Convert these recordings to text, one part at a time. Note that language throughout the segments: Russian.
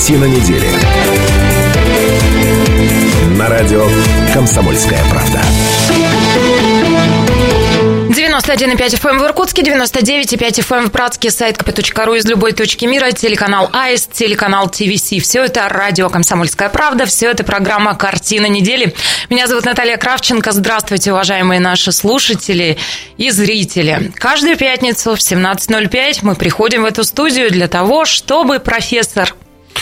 Картина недели. На радио «Комсомольская правда». 91,5 FM в Иркутске, 99,5 FM в Братске, сайт kp.ru из любой точки мира, телеканал АИС, телеканал ТВС. Все это радио «Комсомольская правда», все это программа «Картина недели». Меня зовут Наталья Кравченко. Здравствуйте, уважаемые наши слушатели и зрители. Каждую пятницу в 17:05 мы приходим в эту студию для того, чтобы профессор...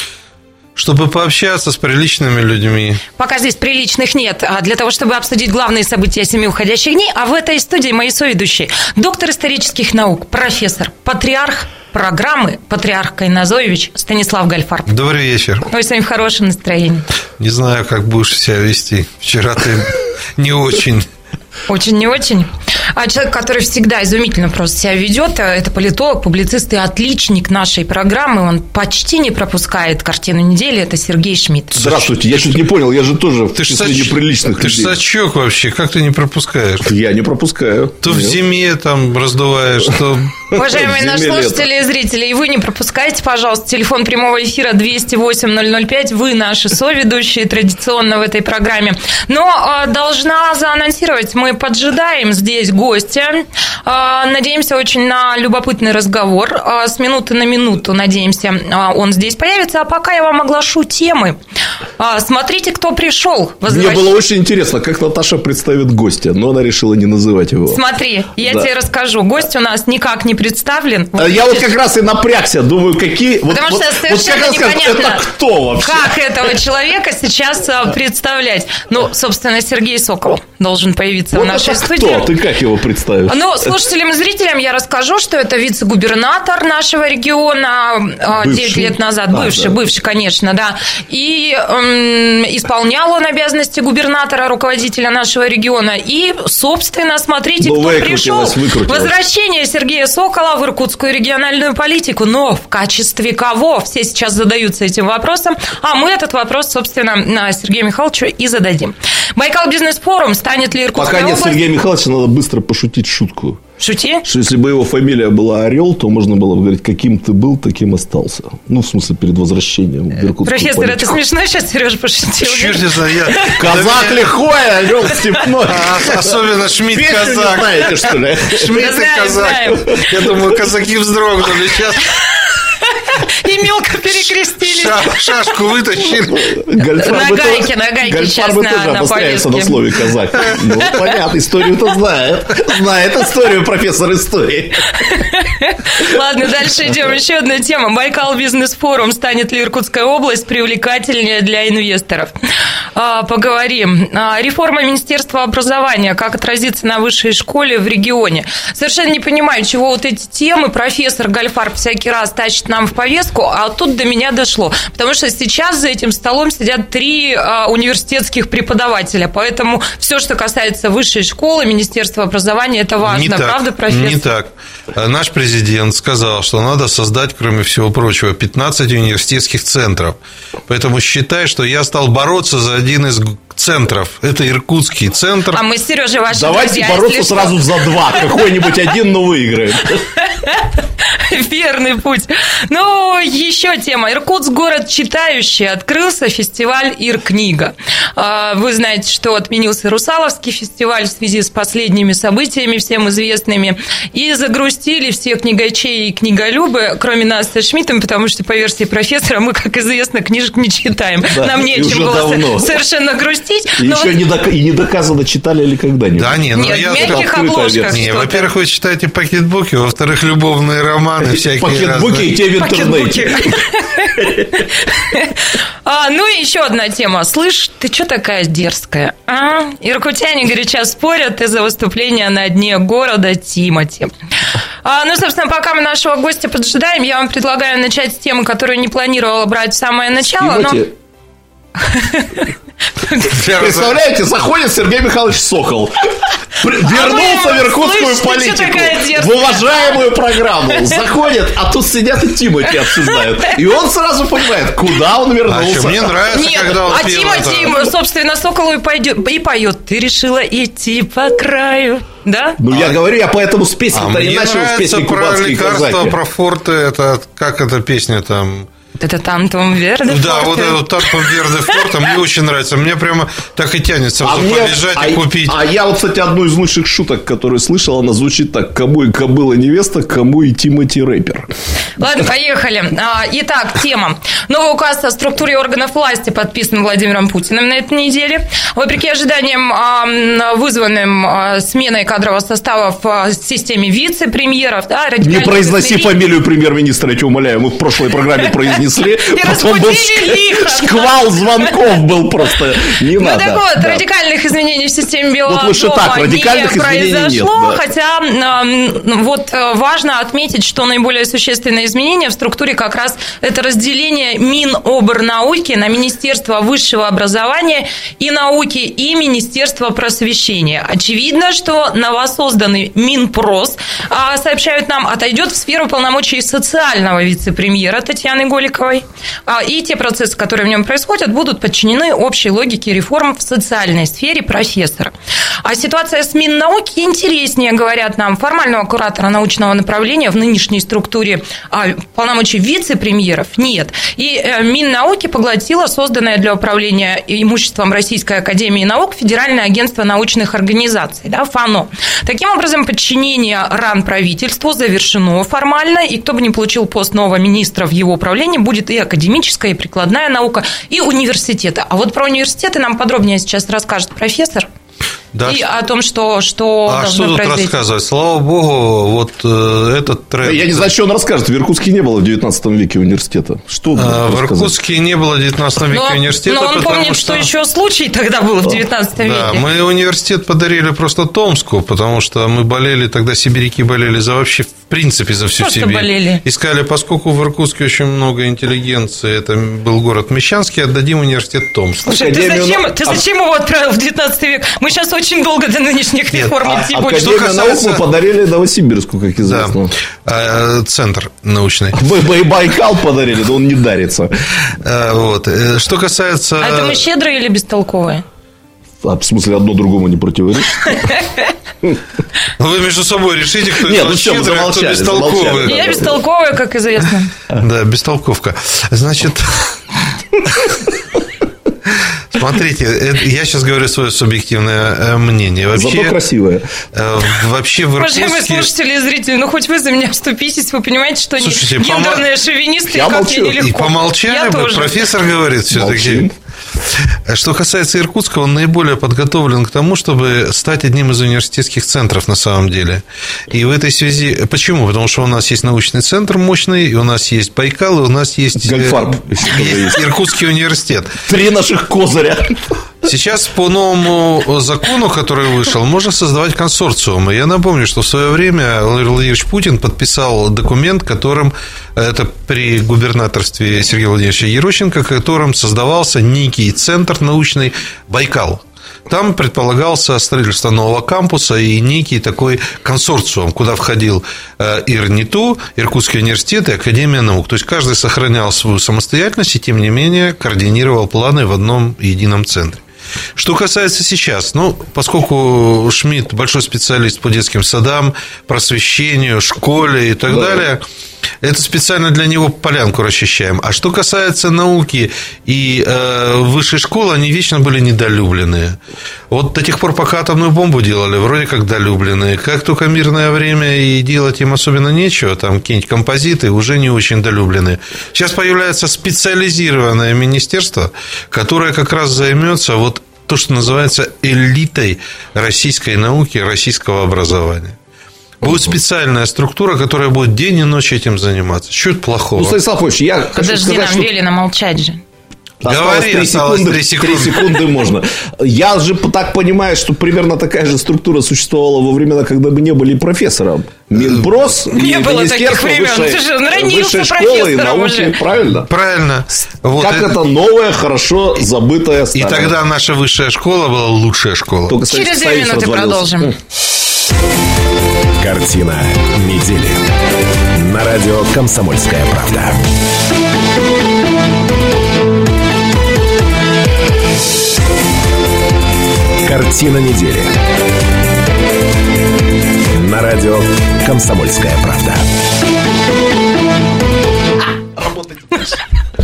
Чтобы пообщаться с приличными людьми. Пока здесь приличных нет. А для того, чтобы обсудить главные события 7 уходящих дней. А в этой студии мои соведущие. Доктор исторических наук, профессор, патриарх программы, патриарх Кайназоевич Станислав Гальфарб. Добрый вечер. Ой, с вами в хорошем настроении. Не знаю, как будешь себя вести. Вчера ты не очень... Очень не очень. А человек, который всегда изумительно просто себя ведет, это политолог, публицист и отличник нашей программы. Он почти не пропускает картину недели. Это Сергей Шмидт. Здравствуйте. Я чуть не понял, я же тоже в числе неприличных людей. Ты же сачок вообще. Как ты не пропускаешь? Я не пропускаю. То в зиме там раздуваешь, то... Уважаемые наши слушатели и зрители, и вы не пропускайте, пожалуйста, телефон прямого эфира 208-005. Вы наши соведущие традиционно в этой программе. Но должна заанонсировать, мы поджидаем здесь гостя. Надеемся очень на любопытный разговор. С минуты на минуту, надеемся, он здесь появится. А пока я вам оглашу темы. Смотрите, кто пришел. Мне было очень интересно, как Наташа представит гостя, но она решила не называть его. Смотри, я тебе расскажу. Гость у нас никак не представлен. Я вот как раз и напрягся, думаю, какие... Потому что совершенно непонятно, это кто вообще? Как этого человека сейчас представлять. Ну, собственно, Сергей Сокол должен появиться в нашей студии. Кто? Ты как его представишь? Ну, слушателям и зрителям я расскажу, что это вице-губернатор нашего региона 9 лет назад. Бывший, конечно, да. И исполнял он обязанности губернатора, руководителя нашего региона. И, собственно, смотрите, кто пришел. Возвращение Сергея Сокола в иркутскую региональную политику. Но в качестве кого? Все сейчас задаются этим вопросом. А мы этот вопрос, собственно, Сергею Михайловичу и зададим. Байкал Бизнес-форум. Станет ли Иркутская область? Пока нет Сергея Михайловича, надо быстро пошутить шутку. Шути? Что если бы его фамилия была Орел, то можно было бы говорить, каким ты был, таким остался. Ну, в смысле, перед возвращением в иркутскую Профессор, политику. это смешно сейчас, Сереж, пошутил? Черт не знаю, Казак лихой, Орел степной. Особенно Шмидт казак. Песню не знаете, что ли? Шмидт и казак. Я думаю, казаки вздрогнули сейчас. И мелко перекрестились. Шашку вытащили. На гайке сейчас тоже обостряется на слове казак. Ну, понятно, историю-то знает. Знает историю профессор истории. Ладно, дальше идем. Еще одна тема. Байкал Бизнес-форум. Станет ли Иркутская область привлекательнее для инвесторов? Поговорим. Реформа Министерства образования. Как отразится на высшей школе в регионе? Совершенно не понимаю, чего вот эти темы профессор Гальфарб всякий раз тащит нам в повестку, а тут до меня дошло. Потому что сейчас за этим столом сидят 3 университетских преподавателя. Поэтому все, что касается высшей школы, Министерства образования, это важно. Не так, правда, профессор? Не так. Наш президент сказал, что надо создать, кроме всего прочего, 15 университетских центров. Поэтому считай, что я стал бороться за один из центров. Это иркутский центр. А мы с Сережей ваши Давайте друзья, бороться сразу за 2. Какой-нибудь один, но выиграем. Верный путь. Ну, еще тема. Иркутск – город читающий. Открылся фестиваль «Иркнига». Вы знаете, что отменился Русаловский фестиваль в связи с последними событиями, всем известными. И загрустили все книгачей и книголюбы, кроме нас со Шмидтом, потому что, по версии профессора, мы, как известно, книжек не читаем. Да, нам нечем было совершенно грустить. И еще не доказано, читали ли когда-нибудь. Да, нет, в мягких обложках. Во-первых, вы читаете пакетбуки, во-вторых, любовные романы всякие. Пакетбуки и те в интернете. Ну и еще одна тема. Слышь, ты что такая дерзкая? Иркутяне горячо спорят из-за выступления на дне города Тимати. Ну, собственно, пока мы нашего гостя поджидаем, я вам предлагаю начать с темы, которую не планировала брать в самое начало. Представляете, заходит Сергей Михайлович Сокол. Вернулся в иркутскую политику, в уважаемую программу. Заходит, а тут сидят и Тимати обсуждают. И он сразу понимает, куда он вернулся. Мне нравится, когда он пел. Тимати, собственно, Соколу и поет. Ты решила идти по краю. Да? Ну, я говорю, я поэтому с песни-то не начал с песни «Кубанские казаки». Мне нравится про лекарства, про форты. Это, как эта песня там... Это Тантум Верде Форте? Да, вот это Тантум Верде Форте мне очень нравится. Мне прямо так и тянется побежать и купить. А я вот, кстати, одну из лучших шуток, которую слышал, она звучит так: кому и кобыла невеста, кому и Тимати рэпер. Ладно, поехали. Итак, тема. Новый указ о структуре органов власти подписан Владимиром Путиным на этой неделе. Вопреки ожиданиям, вызванным сменой кадрового состава в системе вице-премьеров, да, не произноси фамилию премьер-министра, я тебя умоляю. Мы в прошлой программе произнесли. Потом был шквал звонков был просто. Не надо. Ну так вот, радикальных изменений в системе Белого дома не произошло. Хотя вот важно отметить, что наиболее существенное изменение в структуре как раз это разделение Минобрнауки на Министерство высшего образования и науки и Министерство просвещения. Очевидно, что новосозданный Минпрос, сообщают нам, отойдет в сферу полномочий социального вице-премьера Татьяны Голиковой. И те процессы, которые в нем происходят, будут подчинены общей логике реформ в социальной сфере профессора. А ситуация с Миннауки интереснее, говорят нам. Формального куратора научного направления в нынешней структуре полномочий вице-премьеров нет. И Миннауки поглотила созданное для управления имуществом Российской академии наук Федеральное агентство научных организаций, да, ФАНО. Таким образом, подчинение РАН правительству завершено формально, и кто бы не получил пост нового министра в его управлении, будет и академическая, и прикладная наука, и университеты. А вот про университеты нам подробнее сейчас расскажет профессор. Да. И о том, что должно тут произойти. Рассказывать? Слава богу, вот этот тренд... Я не знаю, что он расскажет. В Иркутске не было в 19 веке университета. Что в Иркутске не было в 19 веке университета. Но он помнит, что еще случай тогда был в 19 веке. Да, мы университет подарили просто Томску, потому что мы болели, тогда сибиряки болели за вообще, в принципе, за всю Сибирь. Болели. Искали, поскольку в Иркутске очень много интеллигенции, это был город Мещанский, отдадим университет Томск. Слушай, ты зачем его отправил в 19 век? Мы сейчас очень долго до нынешних реформ идти будем. Академию наук мы подарили Новосибирску, как известно. Да. Центр научный. Байкал подарили, но он не дарится. Вот. Что касается... А это мы щедрые или бестолковые? В смысле, одно другому не противоречит? Вы между собой решите, кто из вас щедрый, а кто бестолковый. Я бестолковая, как известно. Да, бестолковка. Значит... Смотрите, я сейчас говорю свое субъективное мнение. Вообще, зато красивое. Вообще в Иркутске... Уважаемые слушатели и зрители, ну хоть вы за меня вступитесь, вы понимаете, что они гендерные шовинисты, я и как молчу. мне нелегко. И помолчали, профессор говорит все-таки. Что касается Иркутска, он наиболее подготовлен к тому, чтобы стать одним из университетских центров на самом деле. И в этой связи... Почему? Потому что у нас есть научный центр мощный, и у нас есть Байкал, и у нас есть Иркутский университет. 3 наших козыря. Сейчас по новому закону, который вышел, можно создавать консорциумы. Я напомню, что в свое время Владимир Владимирович Путин подписал документ, которым, это при губернаторстве Сергея Владимировича Ерощенко, которым создавался некий центр научный Байкал. Там предполагался строительство нового кампуса и некий такой консорциум, куда входил ИРНИТУ, Иркутский университет и Академия наук. То есть каждый сохранял свою самостоятельность и, тем не менее, координировал планы в одном едином центре. Что касается сейчас, поскольку Шмидт большой специалист по детским садам, просвещению, школе и так далее, это специально для него полянку расчищаем. А что касается науки и высшей школы, они вечно были недолюбленные. Вот до тех пор, пока атомную бомбу делали, вроде как долюбленные. Как только мирное время и делать им особенно нечего, там какие-нибудь композиты, уже не очень долюбленные. Сейчас появляется специализированное министерство, которое как раз займется вот то, что называется элитой российской науки, российского образования. Будет специальная структура, которая будет день и ночь этим заниматься. Что это плохого? Станислав Ильич, я хочу сказать, нам что... велено молчать же. Говори, 3 секунды можно. Я же так понимаю, что примерно такая же структура существовала во времена, когда мы не были профессором. Минпрос, не было таких времен. Ты же родился профессором уже. Правильно? Правильно. Вот как это новая, хорошо забытая старая. И тогда наша высшая школа была лучшая школа. Только, через 2 минуты продолжим. Картина недели. На радио «Комсомольская правда». Картина недели. На радио «Комсомольская правда».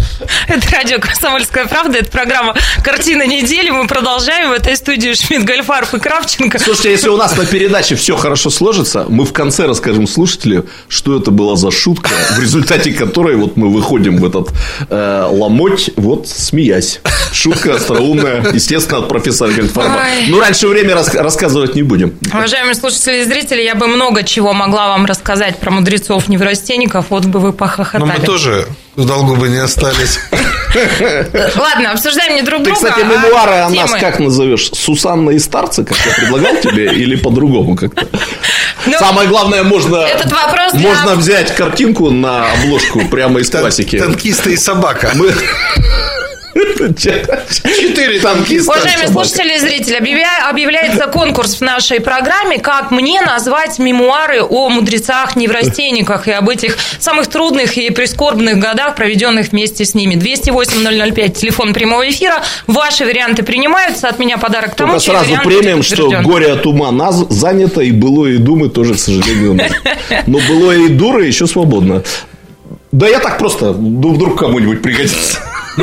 Радио «Комсомольская правда». Это программа «Картина недели». Мы продолжаем. В этой студии Шмидт, Гольфарб и Кравченко. Слушайте, если у нас на передаче все хорошо сложится, мы в конце расскажем слушателю, что это была за шутка, в результате которой вот мы выходим в этот ломоть, вот смеясь. Шутка остроумная, естественно, от профессора Гольфарба. Ну, раньше время рассказывать не будем. Уважаемые слушатели и зрители, я бы много чего могла вам рассказать про мудрецов-неврастенников, вот бы вы похохотали. Но мы тоже в долгу бы не остались. Ладно, обсуждаем не друг друга. Ты, кстати, мемуары о нас как назовешь? Сусанна и старцы, как я предлагал тебе, или по-другому как-то? Самое главное, можно взять картинку на обложку прямо из классики. Танкисты и собака. 4 танкиста. Уважаемые слушатели и зрители, объявляется конкурс в нашей программе «Как мне назвать мемуары о мудрецах-неврастенниках» и об этих самых трудных и прискорбных годах, проведенных вместе с ними. 208-005, телефон прямого эфира. Ваши варианты принимаются. От меня подарок тому, только сразу премиум, что горе от ума занято, и былое и думы тоже, к сожалению, у нас. Но былое и дуры еще свободно. Да я так просто, вдруг кому-нибудь пригодится.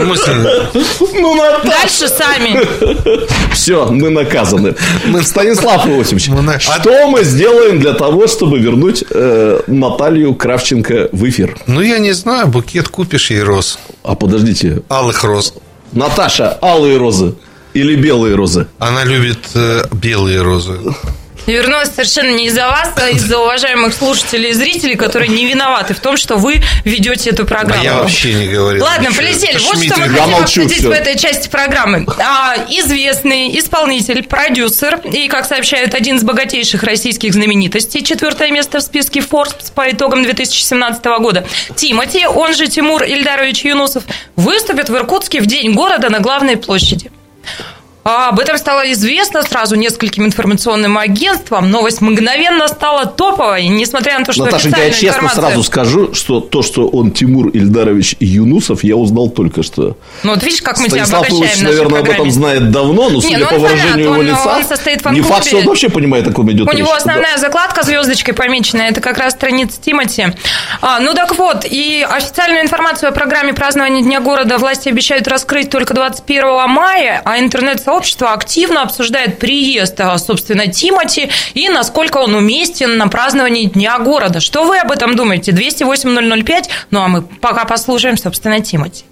Дальше сами. Все, мы наказаны. Станислав Иосифович, что мы сделаем для того, чтобы вернуть Наталью Кравченко в эфир? Ну, я не знаю, букет купишь ей роз. А подождите. Алых роз. Наташа, алые розы или белые розы? Она любит белые розы. Вернулась совершенно не из-за вас, а из-за уважаемых слушателей и зрителей, которые не виноваты в том, что вы ведете эту программу. А я вообще не говорил. Ладно, полетели. Вот что мы хотим обсудить в этой части программы. Известный исполнитель, продюсер и, как сообщают, один из богатейших российских знаменитостей, 4-е место в списке Forbes по итогам 2017 года, Тимати, он же Тимур Ильдарович Юнусов, выступит в Иркутске в День города на главной площади. Об этом стало известно сразу нескольким информационным агентствам. Новость мгновенно стала топовой, несмотря на то, что Наташа, я честно сразу скажу, что то, что он Тимур Ильдарович Юнусов, я узнал только что. Ну, вот видишь, как мы тебя обогащаем. Станислав Ильич, наверное, об этом знает давно, но судя по выражению его лица, он состоит в фан-клубе. Не факт, что он вообще понимает, о ком идет речь. У него основная закладка звездочкой помеченная, это как раз страница Тимати. Ну, так вот, и официальную информацию о программе празднования Дня города власти обещают раскрыть только 21 мая, а интернет-сообщество активно обсуждает приезд, собственно, Тимати и насколько он уместен на праздновании Дня города. Что вы об этом думаете? 208-005. Ну, а мы пока послушаем, собственно, Тимати.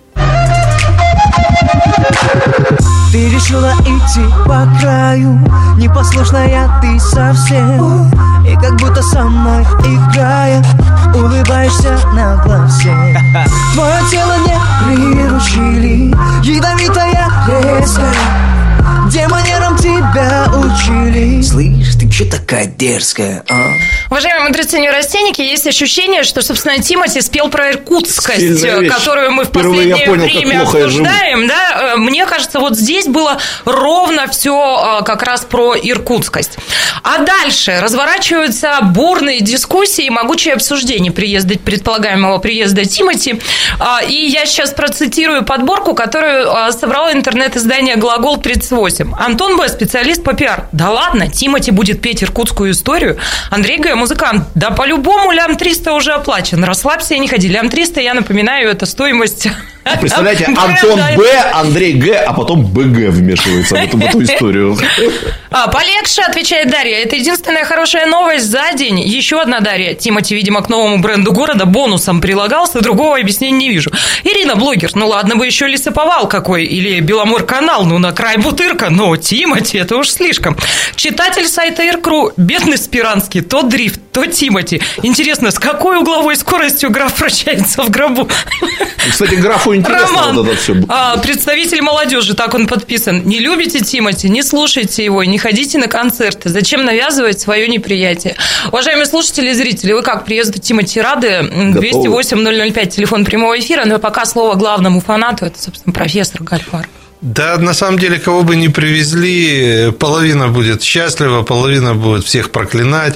Ты решила идти по краю, непослушная ты совсем, и как будто со мной играя, улыбаешься нагло всем. Твое тело не приручили, ядовитая резкая, где манерам тебя учили. Слышь, ты че такая дерзкая, а? Уважаемые мудрецы-неврастенники, есть ощущение, что, собственно, Тимати спел про иркутскость, которую мы в последнее время обсуждаем. Да? Мне кажется, вот здесь было ровно все как раз про иркутскость. А дальше разворачиваются бурные дискуссии и могучие обсуждения предполагаемого приезда Тимати. И я сейчас процитирую подборку, которую собрало интернет-издание «Глагол-38». Антон Б., специалист по пиар. Да ладно, Тимати будет петь иркутскую историю. Андрей Г., музыкант. Да по-любому лям 300 уже оплачен. Расслабься и не ходи. Лям 300, я напоминаю, это стоимость... Представляете, Антон Б., Андрей Г., а потом БГ вмешивается в эту историю. Полегче, отвечает Дарья. Это единственная хорошая новость за день. Еще одна Дарья. Тимати, видимо, к новому бренду города бонусом прилагался, другого объяснения не вижу. Ирина, блогер. Ну ладно бы еще лесоповал какой, или Беломор-канал, ну на край бутырка, но Тимати, это уж слишком. Читатель сайта Иркру. Бедный Спиранский. То дрифт, то Тимати. Интересно, с какой угловой скоростью граф вращается в гробу? Кстати, графу интересно. Роман, вот это все. Представитель молодежи, так он подписан. Не любите Тимати, не слушайте его, не ходите на концерты. Зачем навязывать свое неприятие? Уважаемые слушатели и зрители, вы как приезду Тимати рады? 208-005, телефон прямого эфира. Но пока слово главному фанату, это, собственно, профессор Гольфарб. Да, на самом деле, кого бы ни привезли, половина будет счастлива, половина будет всех проклинать.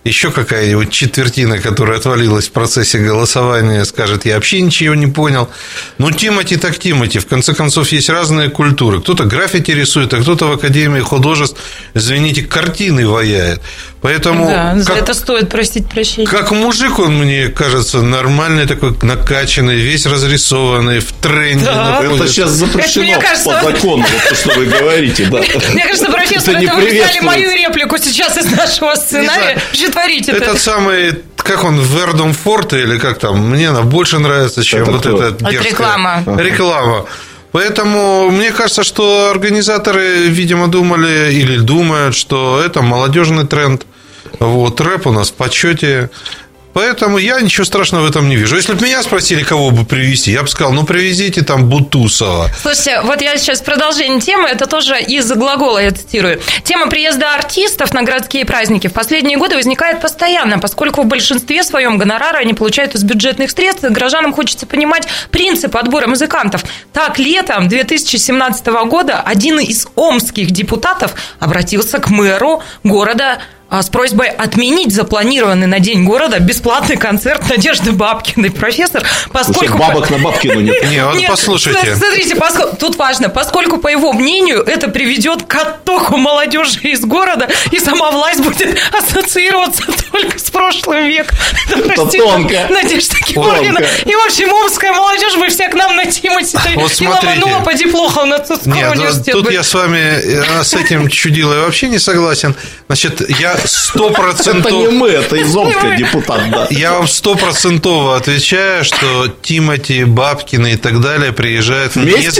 еще какая-нибудь четвертина, которая отвалилась в процессе голосования, скажет, я вообще ничего не понял. Ну, Тимати так Тимати. В конце концов, есть разные культуры. Кто-то граффити рисует, а кто-то в Академии художеств, извините, картины ваяет. Поэтому... Да, за это стоит просить прощения. Как мужик он, мне кажется, нормальный такой, накачанный, весь разрисованный, в тренде. Да. Это сейчас запрещено по закону, вот то, что вы говорите. Да. Мне кажется, профессор, это вы взяли мою реплику сейчас из нашего сценария. Что творите? Этот самый, как он, Вердом Форте, или как там, мне она больше нравится, чем это вот эта дерзкая реклама. Поэтому мне кажется, что организаторы, видимо, думали или думают, что это молодежный тренд. Вот, рэп у нас в почете. Поэтому я ничего страшного в этом не вижу. Если бы меня спросили, кого бы привезти, я бы сказал, ну, привезите там Бутусова. Слушайте, вот я сейчас продолжение темы, это тоже из глагола, я цитирую. Тема приезда артистов на городские праздники в последние годы возникает постоянно, поскольку в большинстве своем гонорары они получают из бюджетных средств, и гражданам хочется понимать принцип отбора музыкантов. Так, летом 2017 года один из омских депутатов обратился к мэру города с просьбой отменить запланированный на День города бесплатный концерт Надежды Бабкиной. Профессор, поскольку... Бабок на Бабкину нет. Нет, послушайте. Смотрите, тут важно, поскольку, по его мнению, это приведет к оттоку молодежи из города, и сама власть будет ассоциироваться только с прошлым веком. Это тонко. Надежда Георгиевна. И, в общем, омская молодежь, вы все к нам на Тимати и ломанула по диплому нацистского университета. Тут я с вами с этим чудилой вообще не согласен. Значит, я 100%... Это не мы, это из Омска депутат, да. Я вам 100% отвечаю, что Тимати, Бабкины и так далее приезжают вместе.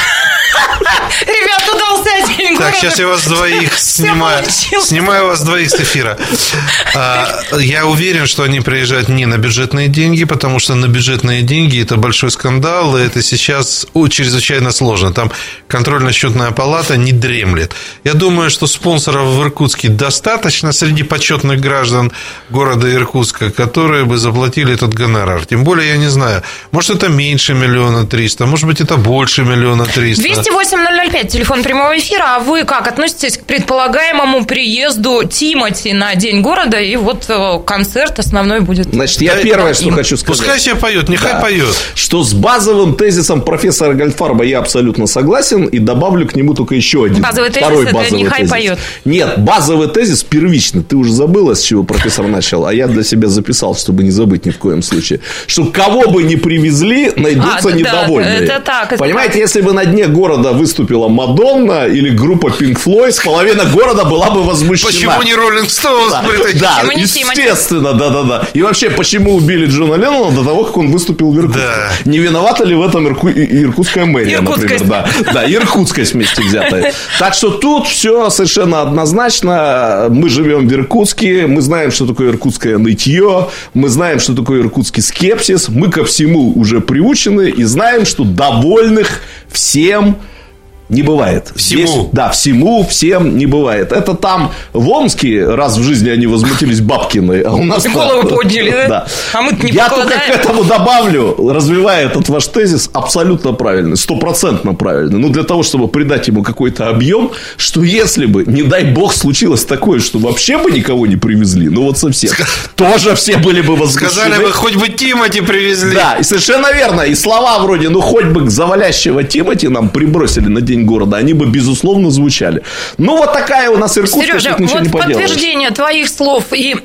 Ребят, удался День города. Так, сейчас я вас двоих снимаю вас двоих с эфира. Я уверен, что они приезжают не на бюджетные деньги, потому что на бюджетные деньги это большой скандал, и это сейчас чрезвычайно сложно. Там контрольно-счетная палата не дремлет. Я думаю, что спонсоров в Иркутске достаточно среди почетных граждан города Иркутска, которые бы заплатили этот гонорар. Тем более, я не знаю, может, это меньше 1 300 000, может быть, это больше 1 300 000. 208-005, телефон прямого эфира. А вы как относитесь к предполагаемому приезду Тимати на День города? И вот концерт основной будет. Значит, я первое, что хочу сказать. Пускай себе поет, нехай поет. Что с базовым тезисом профессора Гольдфарба я абсолютно согласен. И добавлю к нему только еще один. Базовый тезис, это нехай поет. Нет, базовый тезис первичный. Ты уже забыла, с чего профессор начал. А я для себя записал, чтобы не забыть ни в коем случае. Что кого бы ни привезли, найдутся недовольные. Это так. Понимаете, если бы на дне города выступила Мадонна или группа Pink Floyd, половина города была бы возмущена. Почему не Роллинг Стоунс? Да, естественно, да. И вообще, почему убили Джона Леннона до того, как он выступил в Иркутске? Да. Не виновата ли в этом иркутская мэрия, например? Да, иркутскость вместе взятая. Так что тут все совершенно однозначно. Мы живем в Иркутске, мы знаем, что такое иркутское нытье, мы знаем, что такое иркутский скепсис, мы ко всему уже приучены и знаем, что довольных всем не бывает. Всему. Всем не бывает. Это там в Омске раз в жизни они возмутились Бабкиной, а у нас... Голову подняли, да? А мы-то не Я только к этому добавлю, развивая этот ваш тезис, абсолютно правильный, 100% правильный. Но для того, чтобы придать ему какой-то объем, что если бы, не дай бог, случилось такое, что вообще бы никого не привезли, ну вот совсем, тоже все были бы возмущены. Сказали бы, хоть бы Тимати привезли. Да, и совершенно верно. И слова вроде, ну хоть бы завалящего Тимати нам прибросили на День города, они бы, безусловно, звучали. Ну, вот такая у нас Иркутская, Сережа, тут ничего вот не поделаешь. подтверждение твоих слов и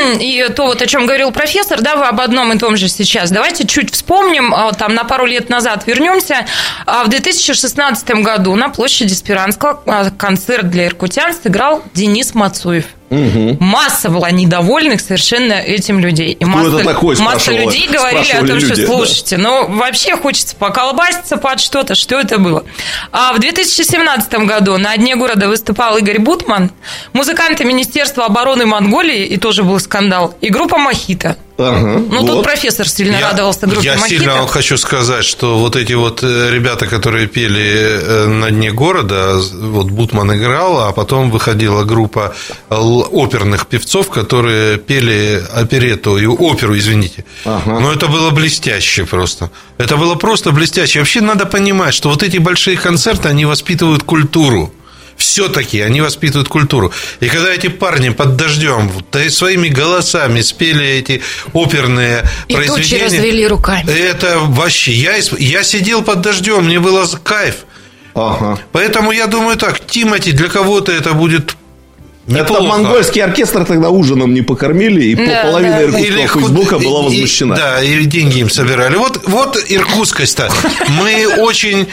то, вот, о чем говорил профессор, да, вы об одном и том же сейчас. Давайте чуть вспомним, там, на пару лет назад вернемся. В 2016 году на площади Спиранского концерт для иркутян сыграл Денис Мацуев. Угу. Масса была недовольных совершенно этим людей. И масса людей говорили о том, что слушайте, ну вообще хочется поколбаситься под что-то, что это было. А в 2017 году на Дне города выступал Игорь Бутман, музыканты Министерства обороны Монголии, и тоже был скандал, и группа «Мохито». Ага, ну, вот. Тут профессор сильно радовался группе «Мохито». Я сильно хочу сказать, что вот эти вот ребята, которые пели на Дне города, вот Бутман играл, а потом выходила группа оперных певцов, которые пели оперетту, оперу, извините. Ага. Но это было блестяще просто. Это было просто блестяще. Вообще надо понимать, что вот эти большие концерты, они воспитывают культуру. Все-таки они воспитывают культуру. И когда эти парни под дождем своими голосами спели эти оперные произведения... И тучи развели руками. Это вообще... Я сидел под дождем, мне было кайф. Ага. Поэтому я думаю так, Тимати, для кого-то это будет... неплохо. Это монгольский оркестр тогда ужином не покормили, и половина иркутского Фейсбука была возмущена. Да, и деньги им собирали. Вот иркутскость-то. Мы очень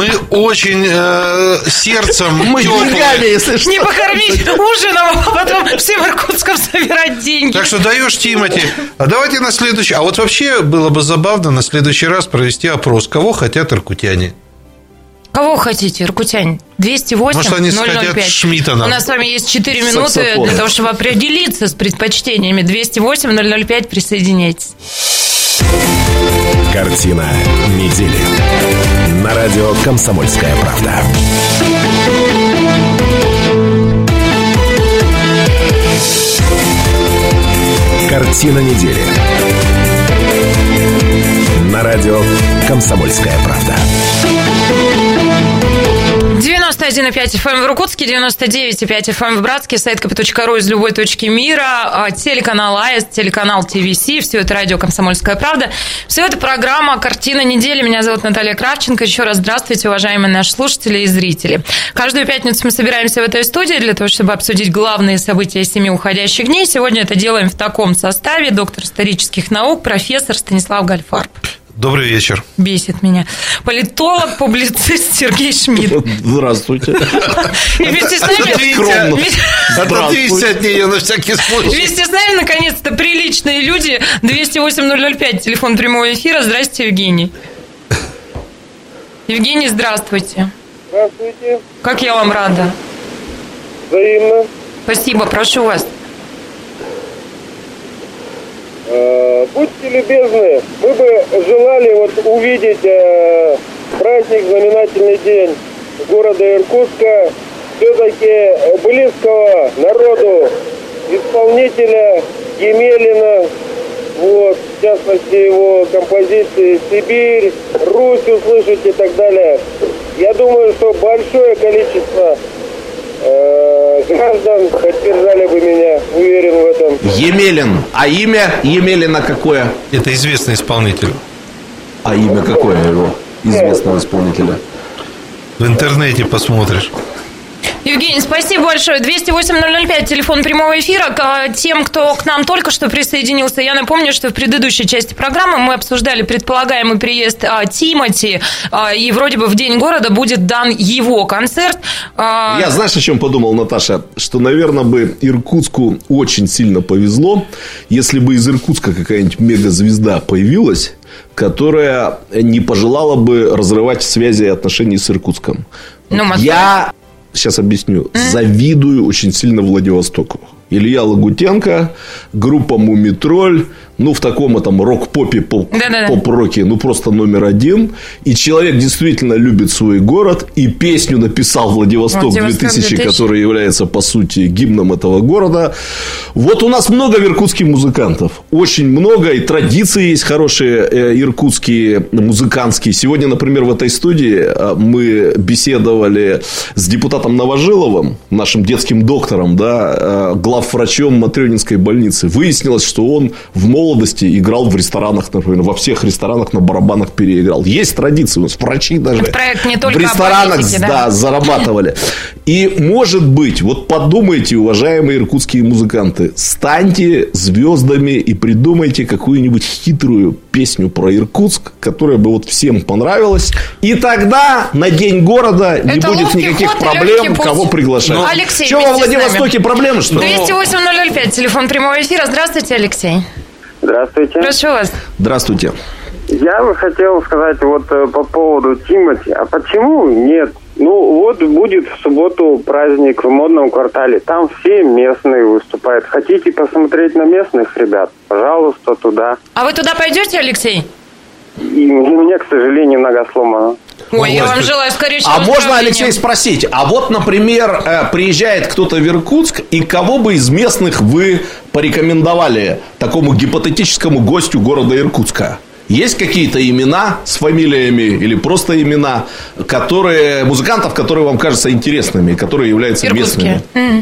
сердцем мы деньгами, если что. Не покормить ужином, а потом всем иркутском собирать деньги. Так что даешь, Тимати. А давайте на следующий... А вот вообще было бы забавно на следующий раз провести опрос. Кого хотят иркутяне? Кого хотите, иркутяне? 208 может, они 005. Шмидта нам. У нас с вами есть 4 минуты для того, чтобы определиться с предпочтениями. 208 005, присоединяйтесь. Картина недели. На радио «Комсомольская правда». Картина недели. На радио «Комсомольская правда». 91,5 FM в Иркутске, 99,5 FM в Братске, сайт kp.ru из любой точки мира, телеканал АЭС, телеканал ТВС, все это радио «Комсомольская правда». Все это программа «Картина недели». Меня зовут Наталья Кравченко. Еще раз здравствуйте, уважаемые наши слушатели и зрители. Каждую пятницу мы собираемся в этой студии для того, чтобы обсудить главные события 7 уходящих дней. Сегодня это делаем в таком составе. Доктор исторических наук, профессор Станислав Гальфарб. Добрый вечер. Бесит меня. Политолог, публицист Сергей Шмидт. Здравствуйте. И вместе с нами... Отодвинься от нее на всякий случай. Вместе с нами, наконец-то, приличные люди. 208-005, телефон прямого эфира. Здравствуйте, Евгений. Евгений, здравствуйте. Здравствуйте. Как я вам рада. Взаимно. Спасибо, прошу вас. Будьте любезны, мы бы желали увидеть праздник, знаменательный день города Иркутска, все-таки близкого народу исполнителя Емелина, в частности его композиции «Сибирь», «Русь» услышать и так далее. Я думаю, что большое количество граждан поддержали бы меня, уверен в этом. Емелин. А имя Емелина какое? Это известный исполнитель. А имя какое его известного исполнителя? В интернете посмотришь. Евгений, спасибо большое. 208-005, телефон прямого эфира. Тем, кто к нам только что присоединился, я напомню, что в предыдущей части программы мы обсуждали предполагаемый приезд Тимати, и вроде бы в День города будет дан его концерт. Я, знаешь, о чем подумал, Наташа? Что, наверное, бы Иркутску очень сильно повезло, если бы из Иркутска какая-нибудь мегазвезда появилась, которая не пожелала бы разрывать связи и отношения с Иркутском. Я... Сейчас объясню. Завидую очень сильно Владивостоку. Илья Лагутенко, группа «Мумитроль», в таком рок-попе, поп-роке, просто номер один. И человек действительно любит свой город. И песню написал «Владивосток 2000», который является, по сути, гимном этого города. Вот у нас много иркутских музыкантов. Очень много. И традиции есть хорошие иркутские, музыкантские. Сегодня, например, в этой студии мы беседовали с депутатом Новожиловым, нашим детским доктором, главврачом Матрёнинской больницы. Выяснилось, что он в молодости играл в ресторанах, например, во всех ресторанах на барабанах переиграл. Есть традиции, у нас врачи даже в ресторанах зарабатывали. И, может быть, подумайте, уважаемые иркутские музыканты, станьте звездами и придумайте какую-нибудь хитрую песню про Иркутск, которая бы всем понравилась. И тогда на День города не будет никаких проблем, кого приглашать. Алексей, что во Владивостоке проблемы, что ли? 208-005, телефон прямого эфира. Здравствуйте, Алексей. Здравствуйте. Прошу вас. Здравствуйте. Я бы хотел сказать по поводу Тимати. А почему нет? Будет в субботу праздник в модном квартале. Там все местные выступают. Хотите посмотреть на местных ребят? Пожалуйста, туда. А вы туда пойдете, Алексей? И у меня, к сожалению, нога сломана. Ой, я вам желаю скорейшего выздоровления. А можно, Алексей, спросить? А например, приезжает кто-то в Иркутск, и кого бы из местных вы порекомендовали такому гипотетическому гостю города Иркутска? Есть какие-то имена с фамилиями или просто имена, музыкантов, которые вам кажутся интересными, которые являются местными?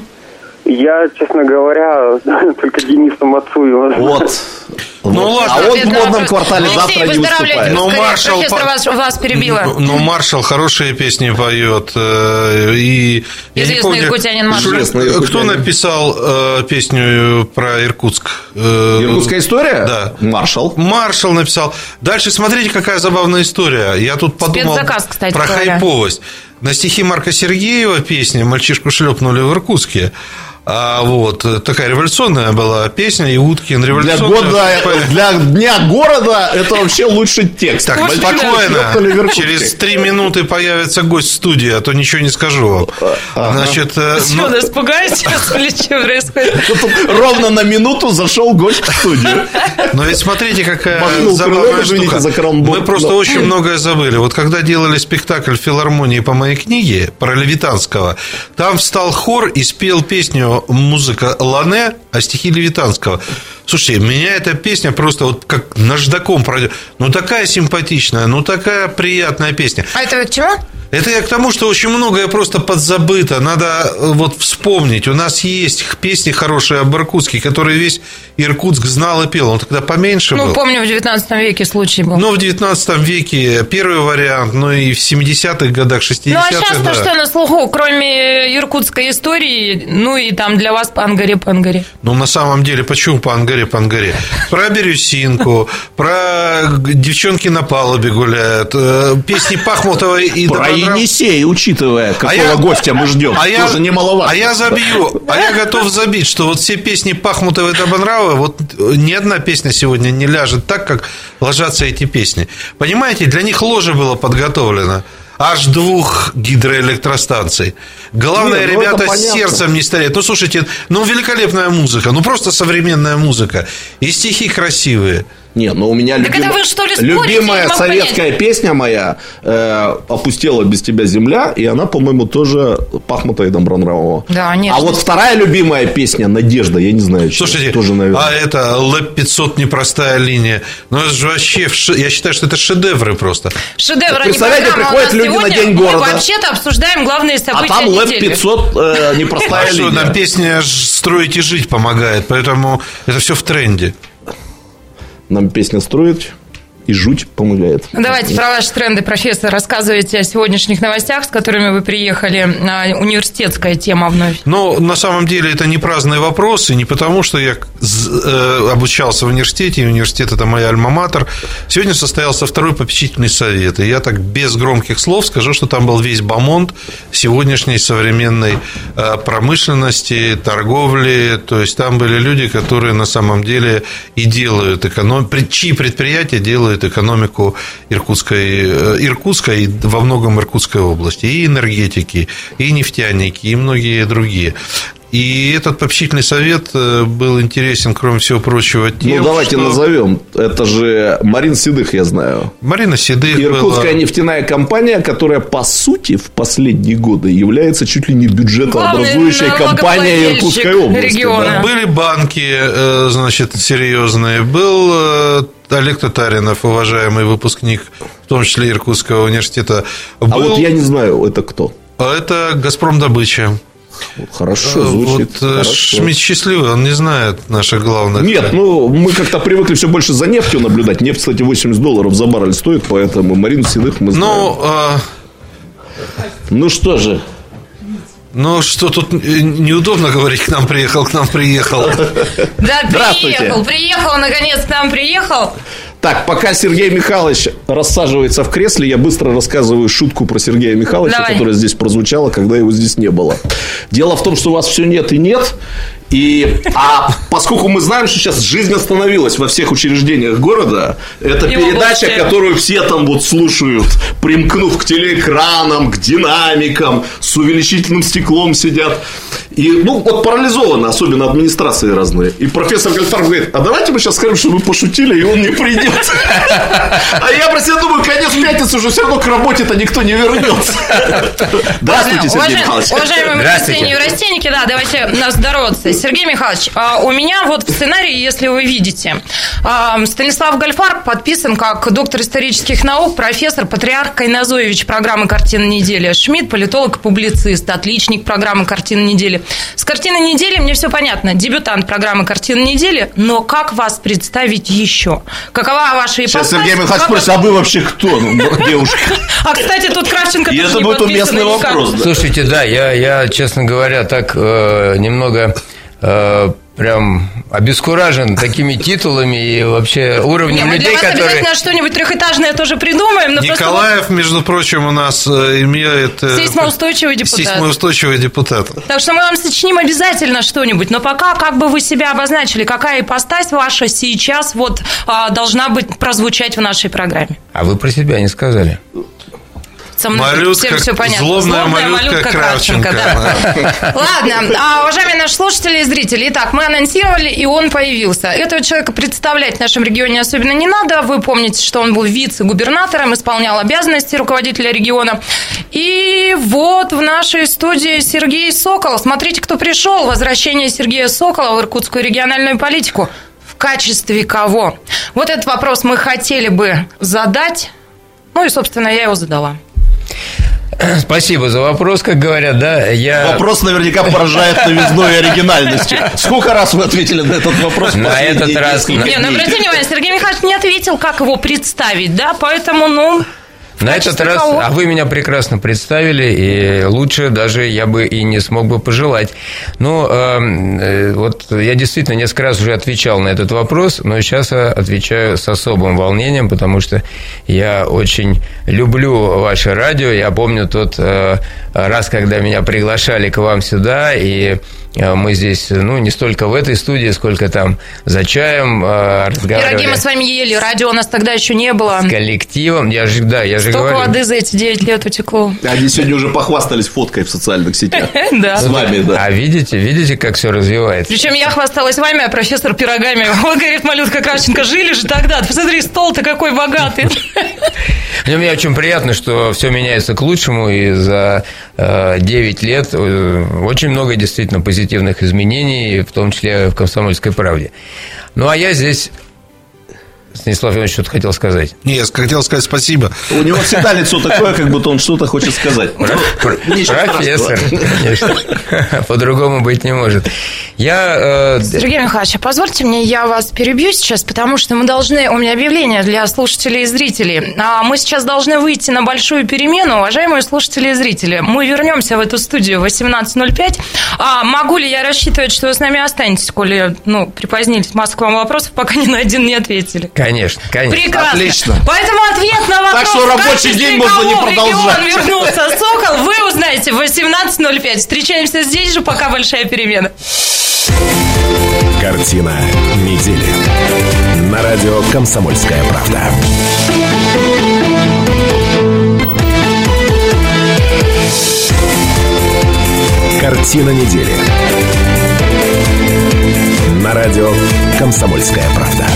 Я, честно говоря, только Денису Мацуева. Вот. Ну, ладно. А он в модном квартале завтра не выступает. Но Маршал, профессор вас перебила. Но Маршал хорошие песни поет. И известный иркутянин Маршал. Кто написал песню про Иркутск? Иркутская история? Да. Маршал написал. Дальше смотрите, какая забавная история. Я тут подумал спецзаказ, кстати, про хайповость. На стихи Марка Сергеева песня «Мальчишку шлепнули в Иркутске». А вот такая революционная была песня, и Уткин революционная. Для Дня города это вообще лучший текст. Так, спокойно. Через 3 минуты появится гость в студии, а то ничего не скажу вам. Значит, что, нас пугаете, или что происходит? Ровно на минуту зашел гость в студию. Но ведь смотрите, какая забавная штука. Мы просто очень многое забыли. Вот когда делали спектакль в филармонии по моей книге про Левитанского, там встал хор и спел песню «Музыка Лане», а стихи Левитанского. Слушайте, меня эта песня просто вот как наждаком пройдет. Ну, такая симпатичная, ну, такая приятная песня. А это к чему? Это я к тому, что очень многое просто подзабыто. Надо вот вспомнить. У нас есть песни хорошие об Иркутске, которые весь Иркутск знал и пел. Он тогда поменьше был. Ну, помню, в 19 веке случай был. Ну, в 19 веке первый вариант, ну, и в 70-х годах, 60-х. Ну, а сейчас-то что на слуху, кроме иркутской истории, ну, и там для вас по-ангаре. Ну, на самом деле, почему по-ангаре? Про Бирюсинку, про девчонки на палубе гуляют, песни Пахмутовой и про Енисей, учитывая, какого гостя мы ждем, тоже немаловажно. Я готов забить, что вот все песни Пахмутовой и Добронравы, вот ни одна песня сегодня не ляжет так, как ложатся эти песни. Понимаете, для них ложе было подготовлено. Аж 2 гидроэлектростанций. Главное, ребята с сердцем не стареют. Ну, слушайте, великолепная музыка. Ну, просто современная музыка. И стихи красивые. Не, ну у меня любимая советская песня моя «Опустела без тебя земля», и она, по-моему, тоже Пахмутова и Добронравова. Да, нет. А вот вторая любимая песня «Надежда», я не знаю, слушайте, тоже, наверное. А это «ЛЭП-500» непростая линия. Ну, это же вообще, я считаю, что это шедевры просто. Шедевры. Представляете, приходят люди на День города. Мы вообще-то обсуждаем главные события недели. А там ЛЭП-500 непростая линия. Нам песня «Строить и жить» помогает, поэтому это все в тренде. Нам песня «Строить и жуть» помогает. Давайте про ваши тренды, профессор, рассказывайте о сегодняшних новостях, с которыми вы приехали. Университетская тема вновь. Ну, на самом деле, это не праздный вопрос, и не потому, что я обучался в университете, и университет – это моя альма-матер. Сегодня состоялся 2-й попечительный совет, и я так без громких слов скажу, что там был весь бомонд сегодняшней современной промышленности, торговли, то есть там были люди, которые на самом деле и делают чьи предприятия делают экономику Иркутска и во многом Иркутской области, и энергетики, и нефтяники, и многие другие. И этот попечительный совет был интересен, кроме всего прочего, тем, давайте назовем. Это же Марина Седых, я знаю. Марина Седых Иркутская нефтяная компания, которая, по сути, в последние годы является чуть ли не бюджетообразующей компанией Иркутской области. Да? Были банки, значит, серьезные. Был Олег Татаринов, уважаемый выпускник, в том числе Иркутского университета. А вот я не знаю, это кто? Это «Газпромдобыча». Хорошо звучит. Вот Шмидт счастливый, он не знает наших главных. Нет, мы как-то привыкли все больше за нефтью наблюдать. Нефть, кстати, $80 за баррель стоит, поэтому Марину Седых мы знаем. Ну что же. Ну, что тут неудобно говорить, к нам приехал. Да, приехал, наконец к нам приехал. Так, пока Сергей Михайлович рассаживается в кресле, я быстро рассказываю шутку про Сергея Михайловича, которая здесь прозвучала, когда его здесь не было. Дело в том, что у вас все нет и нет. А поскольку мы знаем, что сейчас жизнь остановилась во всех учреждениях города, это передача, которую все там вот слушают, примкнув к телеэкранам, к динамикам, с увеличительным стеклом сидят. И, вот парализованы, особенно администрации разные. И профессор Гольфарб говорит: а давайте мы сейчас скажем, что вы пошутили, и он не придет. А я про себя думаю, конец пятницы уже все равно к работе-то никто не вернется. Здравствуйте, Сергей Михайлович. Уважаемые растения, да, давайте здороваться. Сергей Михайлович, у меня вот в сценарии, если вы видите, Станислав Гольфарб подписан как доктор исторических наук, профессор, патриарх Кайназоевич программы «Картина недели», Шмидт, политолог и публицист, отличник программы «Картина недели». С «Картиной недели» мне все понятно, дебютант программы «Картина недели», но как вас представить еще? Какова ваша ипостась? Сейчас Сергей Михайлович спросит, а вы вообще кто, девушка? А, кстати, тут Кравченко тоже не подписан. И это будет уместный вопрос. Слушайте, да, я, честно говоря, так немного прям обескуражен такими титулами и вообще уровнем людей, которые... Мы обязательно что-нибудь трехэтажное тоже придумаем. Но Николаев, между прочим, у нас имеет... Сейсмоустойчивый депутат. Сейсмоустойчивый депутат. Так что мы вам сочиним обязательно что-нибудь. Но пока как бы вы себя обозначили, какая ипостась ваша сейчас вот должна быть прозвучать в нашей программе? А вы про себя не сказали. Малютка, все понятно. Злобная малютка Кравченко. Да. Ладно, уважаемые наши слушатели и зрители, итак, мы анонсировали, и он появился. Этого человека представлять в нашем регионе особенно не надо. Вы помните, что он был вице-губернатором, исполнял обязанности руководителя региона. И вот в нашей студии Сергей Сокол. Смотрите, кто пришел. Возвращение Сергея Сокола в иркутскую региональную политику. В качестве кого? Вот этот вопрос мы хотели бы задать. Ну и, собственно, я его задала. Спасибо за вопрос, как говорят, да. Вопрос наверняка поражает новизной и оригинальностью. Сколько раз вы ответили на этот вопрос? На этот раз. Не, ну обратите внимание, Сергей Михайлович не ответил, как его представить, да, поэтому, на этот раз, а вы меня прекрасно представили, и лучше даже я бы и не смог бы пожелать. Ну, вот я действительно несколько раз уже отвечал на этот вопрос, но сейчас отвечаю с особым волнением, потому что я очень люблю ваше радио. Я помню тот раз, когда меня приглашали к вам сюда, и мы здесь, не столько в этой студии, сколько там за чаем разговаривали. Пироги мы с вами ели, радио у нас тогда еще не было. С коллективом, я же говорю. Столько воды за эти 9 лет утекло. Они сегодня уже похвастались фоткой в социальных сетях. Да. С вами, да. А видите, как все развивается? Причем я хвасталась вами, а профессор пирогами. Вот, говорит, малютка Кравченко, жили же тогда. Посмотри, стол-то какой богатый. Мне очень приятно, что все меняется к лучшему, и за 9 лет очень много действительно позитивных изменений, в том числе в «Комсомольской правде». Ну, а я здесь... Станислав Иванович что-то хотел сказать. Не, я хотел сказать спасибо. У него всегда лицо такое, как будто он что-то хочет сказать. Профессор, конечно. По-другому быть не может. Сергей Михайлович, позвольте мне, я вас перебью сейчас, потому что у меня объявление для слушателей и зрителей. Мы сейчас должны выйти на большую перемену, уважаемые слушатели и зрители. Мы вернемся в эту студию в 18:05. Могу ли я рассчитывать, что вы с нами останетесь, коли припозднились масса к вам вопросов, пока ни на один не ответили? Конечно. Прекрасно. Отлично. Поэтому ответ на вопрос, так что рабочий день можно не продолжать. В регион вернулся Сокол, вы узнаете в 18:05. Встречаемся здесь же, пока большая перемена. Картина недели. На радио «Комсомольская правда». Картина недели. На радио «Комсомольская правда».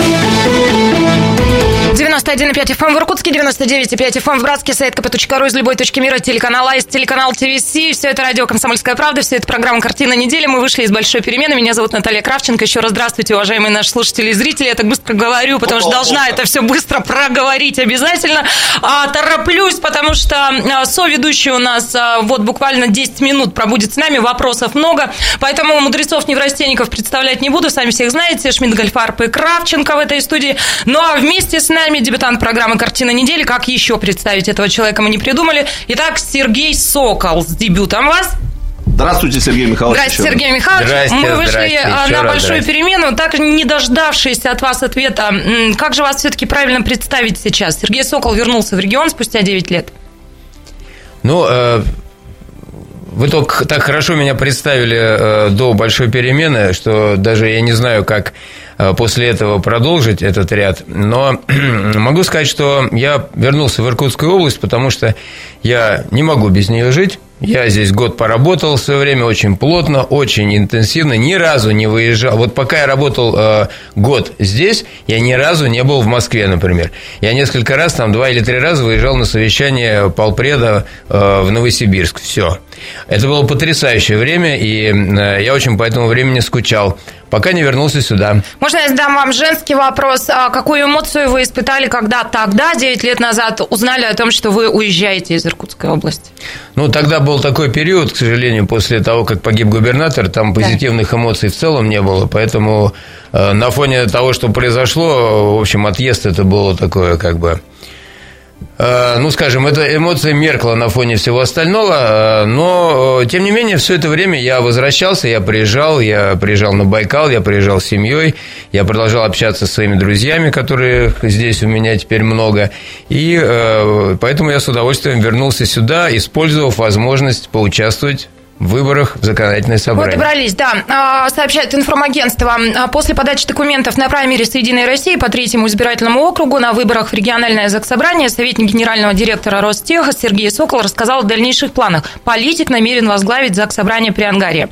91,5 FM в Иркутске, 99,5 FM в Братске, сайт kp.ru из любой точки мира, телеканал АИС, телеканал ТВС. Все это радио «Комсомольская правда», все это программа «Картина недели». Мы вышли из большой перемены. Меня зовут Наталья Кравченко. Еще раз здравствуйте, уважаемые наши слушатели и зрители. Я так быстро говорю, потому что должна это все быстро проговорить обязательно. Тороплюсь, потому что соведущий у нас вот буквально 10 минут пробудет с нами. Вопросов много, поэтому мудрецов-неврастенников представлять не буду. Сами всех знаете. Шмидт, Гольфарб и Кравченко в этой студии. Ну а вместе с нами дебютант программы «Картина недели». Как еще представить этого человека, мы не придумали. Итак, Сергей Сокол, с дебютом вас. Здравствуйте, Сергей Михайлович. Здравствуйте, Сергей Михайлович. Мы вышли на большую перемену, так не дождавшись от вас ответа. Как же вас все-таки правильно представить сейчас? Сергей Сокол вернулся в регион спустя 9 лет. Вы только так хорошо меня представили до большой перемены, что даже я не знаю, как после этого продолжить этот ряд. Но могу сказать, что я вернулся в Иркутскую область, потому что я не могу без нее жить. Я здесь год поработал в свое время очень плотно, очень интенсивно, ни разу не выезжал. Вот пока я работал год здесь, я ни разу не был в Москве, например. Я несколько раз, 2 или 3 раза выезжал на совещание полпреда в Новосибирск. Все. Это было потрясающее время, и я очень по этому времени скучал, пока не вернулся сюда. Можно я задам вам женский вопрос? Какую эмоцию вы испытали, когда тогда, 9 лет назад, узнали о том, что вы уезжаете из Иркутской области? Ну, тогда был такой период, к сожалению, после того, как погиб губернатор, там позитивных эмоций в целом не было, поэтому на фоне того, что произошло, в общем, отъезд это было такое, как бы... Ну, скажем, эта эмоция меркла на фоне всего остального, но, тем не менее, все это время я возвращался, я приезжал на Байкал, я приезжал с семьей, я продолжал общаться со своими друзьями, которых здесь у меня теперь много, и поэтому я с удовольствием вернулся сюда, использовав возможность поучаствовать в выборах в законодательное собрание. Вот добрались, да. Сообщает информагентство. После подачи документов на праймерис «Единой России» по 3-му избирательному округу на выборах в региональное заксобрание советник генерального директора Ростеха Сергей Сокол рассказал о дальнейших планах. Политик намерен возглавить заксобрание при Ангаре.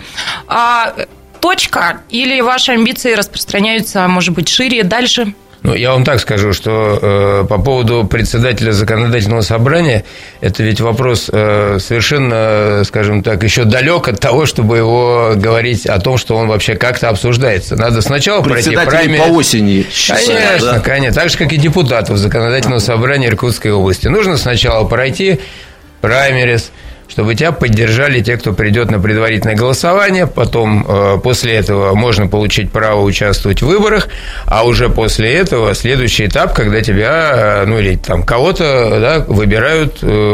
Точка? Или ваши амбиции распространяются, может быть, шире, дальше? Ну, я вам так скажу, что по поводу председателя законодательного собрания, это ведь вопрос совершенно, скажем так, еще далек от того, чтобы его говорить о том, что он вообще как-то обсуждается. Надо сначала пройти праймерис. По осени. Конечно, да? Конечно. Так же, как и депутатов законодательного собрания Иркутской области. Нужно сначала пройти праймерис, чтобы тебя поддержали те, кто придет на предварительное голосование, потом после этого можно получить право участвовать в выборах, а уже после этого следующий этап, когда тебя, ну или там кого-то, да, выбирают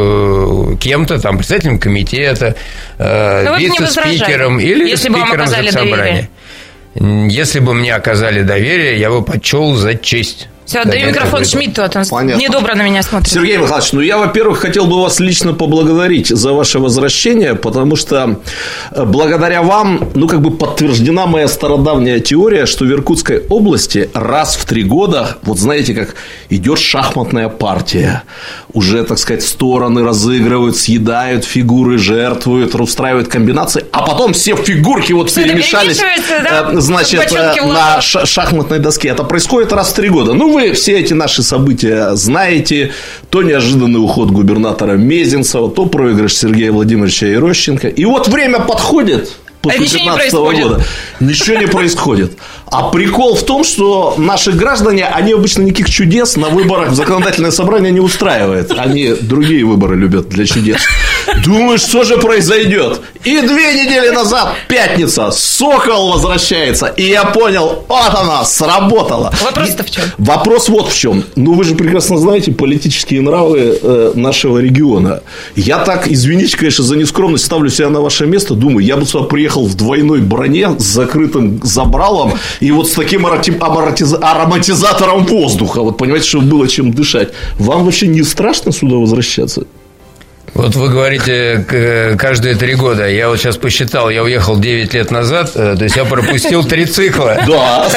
кем-то, там, председателем комитета, вице-спикером или спикером заксобрания. Если бы мне оказали доверие, я бы почел за честь. Все, отдаю микрофон Шмидту, а то он недобро на меня смотрит. Сергей Михайлович, ну я, во-первых, хотел бы вас лично поблагодарить за ваше возвращение, потому что благодаря вам, ну, как бы подтверждена моя стародавняя теория, что в Иркутской области раз в 3 года, вот знаете, как идет шахматная партия, уже, так сказать, стороны разыгрывают, съедают фигуры, жертвуют, устраивают комбинации, а потом все фигурки вот перемешались, значит, на шахматной доске. Это происходит раз в 3 года. Ну, вы все эти наши события знаете. То неожиданный уход губернатора Мезенцева, то проигрыш Сергея Владимировича Ерощенко. И вот время подходит после 2015 года. Ничего не происходит. А прикол в том, что наши граждане, они обычно никаких чудес на выборах в законодательное собрание не устраивают. Они другие выборы любят для чудес. Думаю, что же произойдет? И 2 недели назад, пятница, Сокол возвращается. И я понял, вот она, сработала. Вопрос-то в чем? Вопрос вот в чем. Ну, вы же прекрасно знаете политические нравы нашего региона. Я так, извините, конечно, за нескромность, ставлю себя на ваше место. Думаю, я бы сюда приехал в двойной броне с закрытым забралом и вот с таким ароматизатором воздуха. Вот понимаете, чтобы было чем дышать. Вам вообще не страшно сюда возвращаться? Вот вы говорите, каждые 3 года. Я вот сейчас посчитал, я уехал 9 лет назад, то есть я пропустил 3 цикла. Да,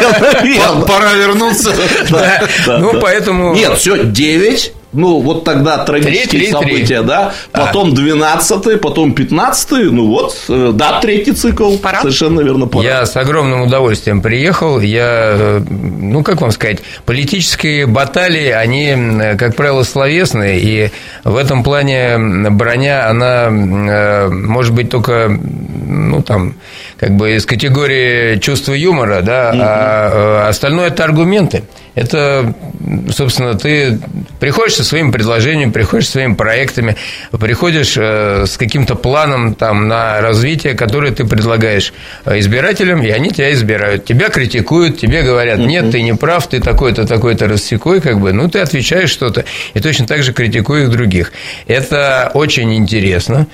пора вернуться. Ну, поэтому... Нет, все, 9. Ну, вот тогда трагические события, да. Потом 12-й, потом 15-й. Ну, вот, да, 3-й цикл. Пора. Совершенно верно, пора. Я с огромным удовольствием приехал. Я, ну, как вам сказать, политические баталии, они, как правило, словесные. И в этом плане броня, она может быть только, ну, там, как бы из категории чувства юмора, да, а остальное – это аргументы. Это, собственно, ты приходишь со своим предложением, приходишь со своими проектами, приходишь с каким-то планом там, на развитие, которое ты предлагаешь избирателям, и они тебя избирают. Тебя критикуют, тебе говорят, нет, ты не прав, ты такой-то, такой-то рассекой, как бы, ну, ты отвечаешь что-то, и точно так же критикуешь других. Это очень интересно.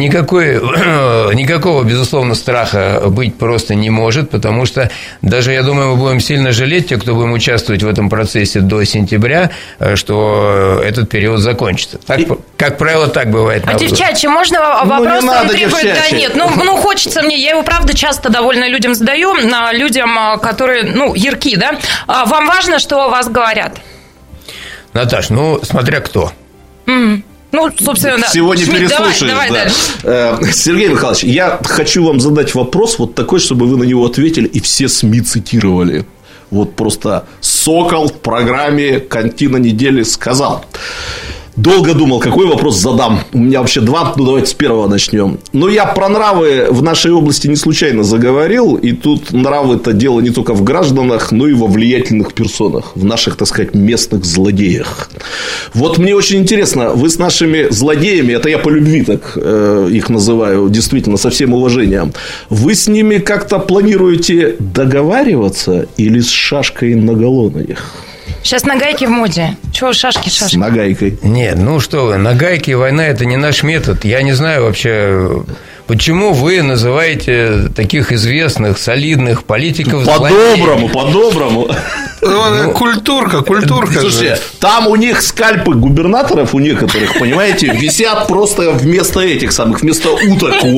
Никакого, безусловно, страха быть просто не может, потому что даже, я думаю, мы будем сильно жалеть тех, кто будем участвовать в этом процессе до сентября, что этот период закончится. Так, как правило, так бывает. А девчачьи, можно вопрос? Ну, не надо, требует, да, нет. Ну, хочется мне, я его, правда, часто довольно людям задаю, людям, которые, ну, ярки, да. Вам важно, что о вас говорят? Наташ, ну, смотря кто. Ну, собственно, да. Всего не переслушаешь. Давай дальше. Сергей Михайлович, я хочу вам задать вопрос вот такой, чтобы вы на него ответили и все СМИ цитировали. Вот просто Сокол в программе «Картина недели» сказал: Долго думал, какой вопрос задам. У меня вообще два, давайте с первого начнем. Но я про нравы в нашей области не случайно заговорил. И тут нравы – это дело не только в гражданах, но и во влиятельных персонах. В наших, так сказать, местных злодеях. Вот мне очень интересно, вы с нашими злодеями, это я по любви так их называю, действительно, со всем уважением. Вы с ними как-то планируете договариваться или с шашкой наголо на них? Сейчас на гайке в моде. Чего шашки? С нагайкой. Нет, ну что вы, на гайке война – это не наш метод. Я не знаю вообще, почему вы называете таких известных, солидных политиков По-доброму, по-доброму. Культурка. Слушайте, там у них скальпы губернаторов, у некоторых, понимаете, висят просто вместо этих самых, вместо уток у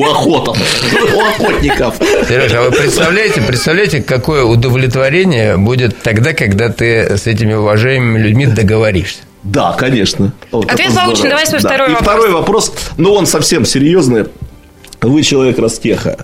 охотников. Сережа, а вы представляете, какое удовлетворение будет тогда, когда ты с этими уважаемыми людьми договоришься? Да, конечно. Ответ получен. Давай свой второй вопрос. И второй вопрос, но он совсем серьезный. Вы человек Ростеха.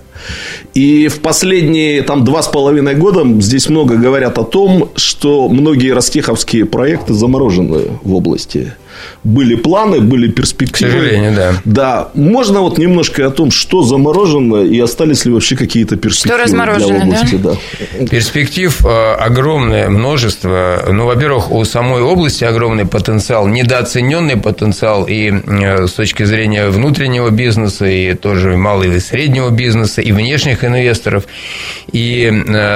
И в последние 2,5 года здесь много говорят о том, что многие ростеховские проекты заморожены в области. Были планы, были перспективы. К сожалению, да. Да. Можно вот немножко о том, что заморожено и остались ли вообще какие-то перспективы для области. Да? Перспектив огромное множество. Ну, во-первых, у самой области огромный потенциал, недооцененный потенциал и с точки зрения внутреннего бизнеса, и тоже малого и среднего бизнеса, и внешних инвесторов, и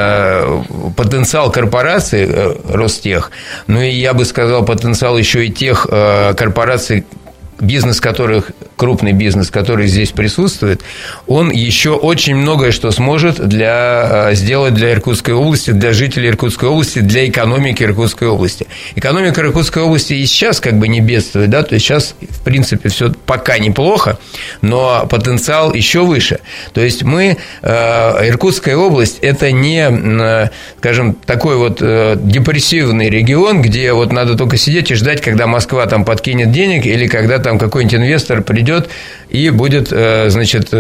потенциал корпораций Ростех, ну и я бы сказал, потенциал еще и тех корпораций, бизнес которых, крупный бизнес, который здесь присутствует, он еще очень многое что сможет сделать для Иркутской области, для жителей Иркутской области, для экономики Иркутской области. Экономика Иркутской области и сейчас как бы не бедствует, да, то есть сейчас, в принципе, все пока неплохо, но потенциал еще выше. То есть Иркутская область – это не, скажем, такой вот депрессивный регион, где вот надо только сидеть и ждать, когда Москва там подкинет денег или когда там какой-нибудь инвестор придет и будет, значит,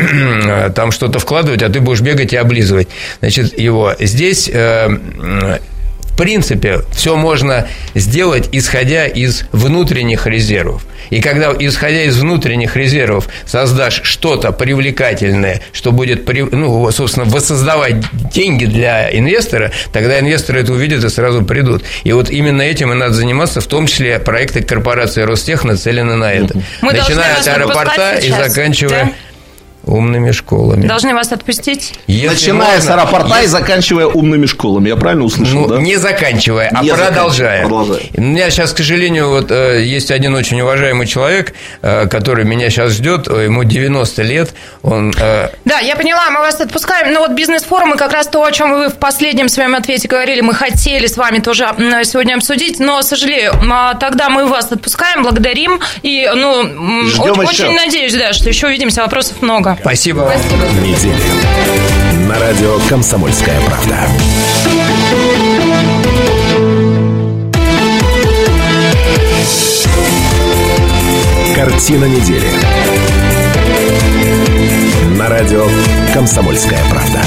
там что-то вкладывать, а ты будешь бегать и облизывать, значит, его. Здесь, в принципе, все можно сделать, исходя из внутренних резервов. И когда, исходя из внутренних резервов, создашь что-то привлекательное, что будет, собственно, воссоздавать деньги для инвестора, тогда инвесторы это увидят и сразу придут. И вот именно этим и надо заниматься, в том числе проекты корпорации Ростех нацелены на это. Начиная от аэропорта и заканчивая... Да? Умными школами. Должны вас отпустить? Начиная с аэропорта и заканчивая умными школами. Я правильно услышал, да? Не заканчивая, а продолжая. У меня сейчас, к сожалению, вот есть один очень уважаемый человек, который меня сейчас ждет, ему 90 лет. Да, я поняла, мы вас отпускаем. Но вот бизнес-форумы, как раз то, о чем вы в последнем своем ответе говорили, мы хотели с вами тоже сегодня обсудить, но, сожалею, тогда мы вас отпускаем, благодарим. И, очень надеюсь, да, что еще увидимся, вопросов много. Спасибо. Неделя. На радио «Комсомольская правда». Картина недели. На радио «Комсомольская правда».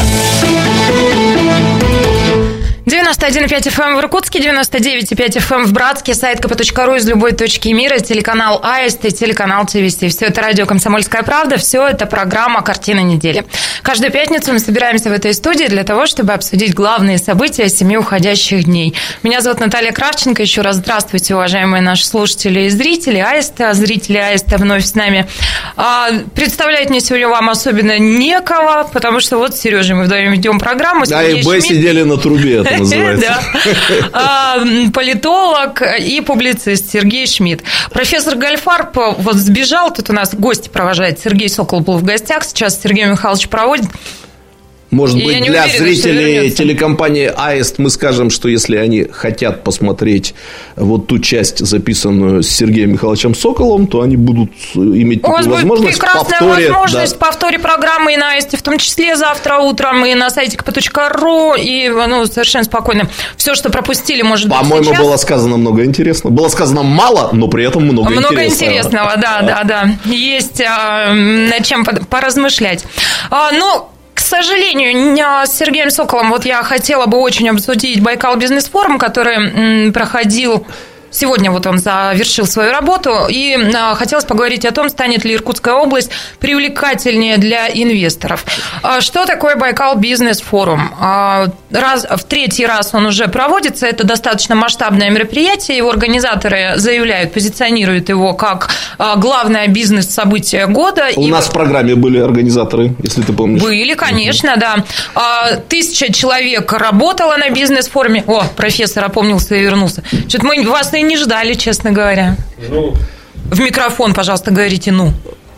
91,5 FM в Иркутске, 99,5 FM в Братске, сайт kp.ru из любой точки мира, телеканал АИСТ и телеканал ТВС. Все это радио «Комсомольская правда», все это программа «Картина недели». Каждую пятницу мы собираемся в этой студии для того, чтобы обсудить главные события 7 уходящих дней. Меня зовут Наталья Кравченко. Еще раз здравствуйте, уважаемые наши слушатели и зрители АИСТа. Зрители АИСТа вновь с нами. Представлять мне сегодня вам особенно некого, потому что вот с Сережей мы вдвоем ведем программу. Да, и Б сидели на трубе, это называется. Да. Политолог и публицист Сергей Шмидт. Профессор Гольфарб вот сбежал, тут у нас гости провожает. Сергей Сокол был в гостях, сейчас Сергей Михайлович проводит. Может быть, для зрителей телекомпании АИСТ мы скажем, что если они хотят посмотреть вот ту часть, записанную с Сергеем Михайловичем Соколом, то они будут иметь такую возможность. У вас будет прекрасная возможность в повторе программы и на АИСТе, в том числе завтра утром, и на сайте kp.ru, и совершенно спокойно. Все, что пропустили, может быть, по-моему, сейчас. Было сказано много интересного. Было сказано мало, но при этом много интересного. Много интересного, да. Есть над чем поразмышлять. К сожалению, с Сергеем Соколом вот я хотела бы очень обсудить Байкал бизнес-форум, который проходил Сегодня вот он завершил свою работу, и хотелось поговорить о том, станет ли Иркутская область привлекательнее для инвесторов. Что такое Байкал Бизнес-форум? В третий раз он уже проводится, это достаточно масштабное мероприятие, его организаторы заявляют, позиционируют его как главное бизнес-событие года. У нас в программе были организаторы, если ты помнишь. Были, конечно, да. 1000 человек работало на бизнес-форуме. О, профессор опомнился и вернулся. Что-то мы вас и не ждали, честно говоря. В микрофон, пожалуйста, говорите «ну».